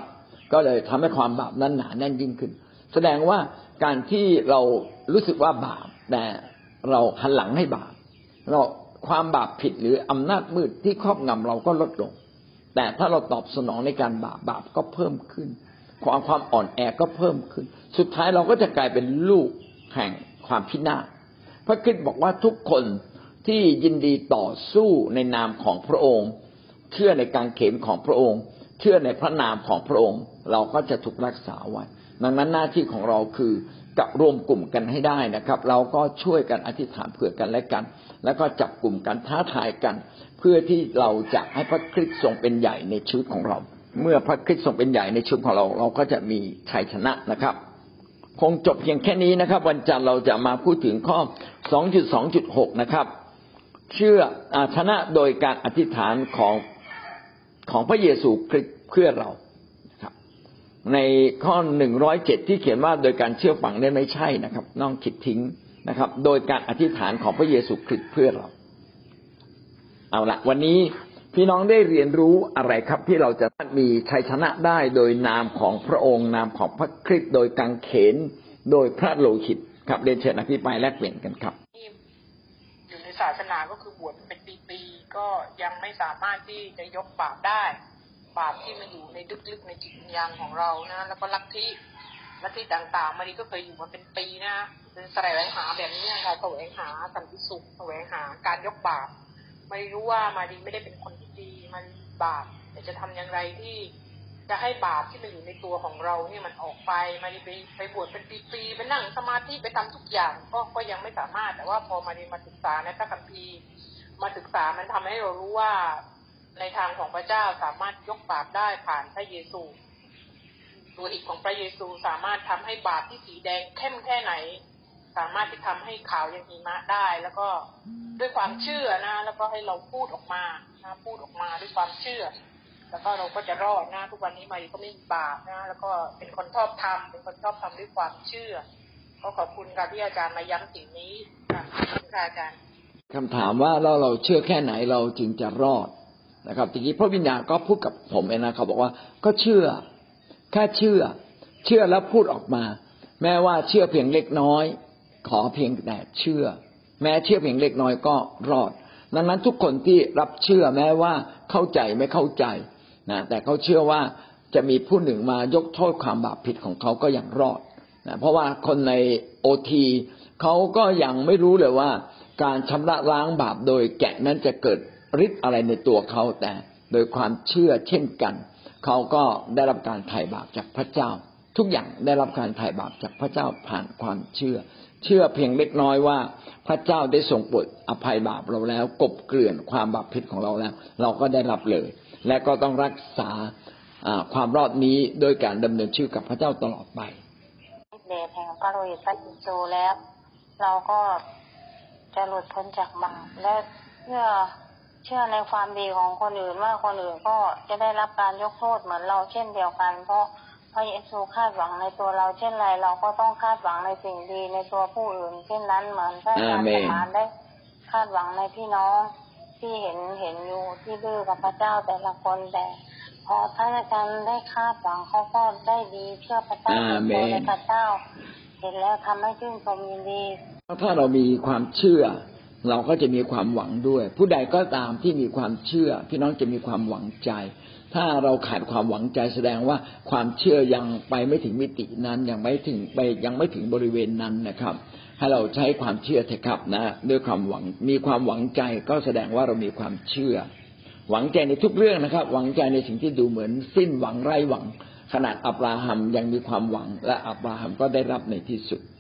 ก็เลยทำให้ความบาปนั้นหนาแน่นยิ่งขึ้นแสดงว่าการที่เรารู้สึกว่าบาปแต่เราหันหลังให้บาปเราความบาปผิดหรืออำนาจมืดที่ครอบงำเราก็ลดลงแต่ถ้าเราตอบสนองในการบาปบาปก็เพิ่มขึ้นความความอ่อนแอก็เพิ่มขึ้นสุดท้ายเราก็จะกลายเป็นลูกแห่งความพินาศพระคริสต์บอกว่าทุกคนที่ยินดีต่อสู้ในนามของพระองค์เชื่อในกางเขนของพระองค์เชื่อในพระนามของพระองค์เราก็จะถูกรักษาไว้ดังนั้นหน้าที่ของเราคือจะรวมกลุ่มกันให้ได้นะครับเราก็ช่วยกันอธิษฐานเผื่อกันและกันแล้วก็จับกลุ่มกันท้าทายกันเพื่อที่เราจะให้พระคริสต์ทรงเป็นใหญ่ในชีวิตของเราเมื่อพระคริสต์ทรงเป็นใหญ่ในชีวิตของเราเราก็จะมีชัยชนะนะครับคงจบเพียงแค่นี้นะครับวันจันทร์เราจะมาพูดถึงข้อ สองจุดสองจุดหก นะครับเชื่อชนะโดยการอธิษฐานของของพระเยซูคริสต์เพื่อเราครับในข้อหนึ่งร้อยเจ็ดที่เขียนว่าโดยการเชื่อฟังนั้นไม่ใช่นะครับน้องคิดทิ้งนะครับโดยการอธิษฐานของพระเยซูคริสต์เพื่อเราเอาละวันนี้พี่น้องได้เรียนรู้อะไรครับที่เราจะมีชัยชนะได้โดยนามของพระองค์นามของพระคริสต์โดยกางเขนโดยพระโลหิตครับเรียนเชิญอภิปรายแลกเปลี่ยนกันครับอยู่ในศาสนาก็คือบวชเป็นปีๆก็ยังไม่สามารถที่จะยกบาปได้บาปที่มันอยู่ในลึกๆในจิตวิญญาณของเรานะแล้วก็ลัทธิลัทธิต่างๆมาดีก็เคยอยู่มาเป็นปีนะเป็นแสวงหาแบบนี้ค่ะแสวงหาสันติสุขแสวงหาการยกบาปไม่รู้ว่ามาดีไม่ได้เป็นคนที่ดีมันบาปแต่จะทำอย่างไรที่จะให้บาปที่มันอยู่ในตัวของเราเนี่ยมันออกไปมาดีไปไปบวชเป็นปีๆไปนั่งสมาธิไปทำทุกอย่างก็ก็ยังไม่สามารถแต่ว่าพอมาดีมาศึกษาในพระคัมภีร์มาศึกษามันทำให้เรารู้ว่าในทางของพระเจ้าสามารถยกบาปได้ผ่านพระเยซูตัวฤทธิ์ของพระเยซูสามารถทำให้บาปที่สีแดงเข้มแค่ไหนสามารถที่ทำให้ขาวอย่างหิมะได้แล้วก็ด้วยความเชื่อนะแล้วก็ให้เราพูดออกมานะพูดออกมาด้วยความเชื่อแล้วก็เราก็จะรอดนะทุกวันนี้มาดีก็ไม่มีบาปนะแล้วก็เป็นคนชอบทำเป็นคนชอบทำด้วยความเชื่อก็ขอบคุณค่ะที่อาจารย์มาย้ำสิ่งนี้ค่ะขอบคุณค่ะอาจารย์คำถามว่าเราเราเชื่อแค่ไหนเราจึงจะรอดนะครับทีนี้พระวิญญาณก็พูดกับผมเองนะเขาบอกว่าก็เชื่อแค่เชื่อเชื่อแล้วพูดออกมาแม้ว่าเชื่อเพียงเล็กน้อยขอเพียงแต่เชื่อแม้เชื่อเพียงเล็กน้อยก็รอดดังนั้นทุกคนที่รับเชื่อแม้ว่าเข้าใจไม่เข้าใจนะแต่เขาเชื่อว่าจะมีผู้หนึ่งมายกโทษความบาปผิดของเขาก็ยังรอดนะเพราะว่าคนในโอทีเขาก็ยังไม่รู้เลยว่าการชำระล้างบาปโดยแกะนั้นจะเกิดฤทธิ์อะไรในตัวเขาแต่โดยความเชื่อเช่นกันเขาก็ได้รับการไถ่บาปจากพระเจ้าทุกอย่างได้รับการไถ่บาปจากพระเจ้าผ่านความเชื่อเชื่อเพียงเล็กน้อยว่าพระเจ้าได้ทรงโปรดอภัยบาปเราแล้วกลบเกลื่อนความบาปผิดของเราแล้วเราก็ได้รับเลยและก็ต้องรักษาความรอดนี้โดยการดำเนินชีวิตกับพระเจ้าตลอดไปเดชแห่งพระโลหิตพระเยซูแล้วเราก็จะหลุดพ้นจากบาปและเชื่อเชื่อในความดีของคนอื่นว่าคนอื่นก็จะได้รับการยกโทษเหมือนเราเช่นเดียวกันเพราะพระเยซูคาดหวังในตัวเราเช่นไรเราก็ต้องคาดหวังในสิ่งดีในตัวผู้อื่นเช่นนั้นเหมือนพระอาจารย์สมานได้คาดหวังในพี่น้องที่เห็นเห็นอยู่ที่ดื้อกับพระเจ้าแต่ละคนแต่พอพระอาจารย์ได้คาดหวังเขาก็ได้ดีเชื่อพระเจ้าในพระเจ้าเห็นแล้วทำให้ชื่นชมยินดีถ้าเรามีความเชื่อเราก็จะมีความหวังด้วยผู้ใดก็ตามที่มีความเชื่อพี่น้องจะมีความหวังใจถ้าเราขาดความหวังใจแสดงว่าความเชื่อยังไปไม่ถึงมิตินั้นยังไม่ถึงไปยังไม่ถึงบริเวณนั้นนะครับให้เราใช้ความเชื่อเถอะครับนะด้วยความหวังมีความหวังใจก็แสดงว่าเรามีความเชื่อหวังใจในทุกเรื่องนะครับหวังใจในสิ่งที่ดูเหมือนสิ้นหวังไร้หวังขนาดอับราฮัมยังมีความหวังและอับราฮัมก็ได้รับในที่สุด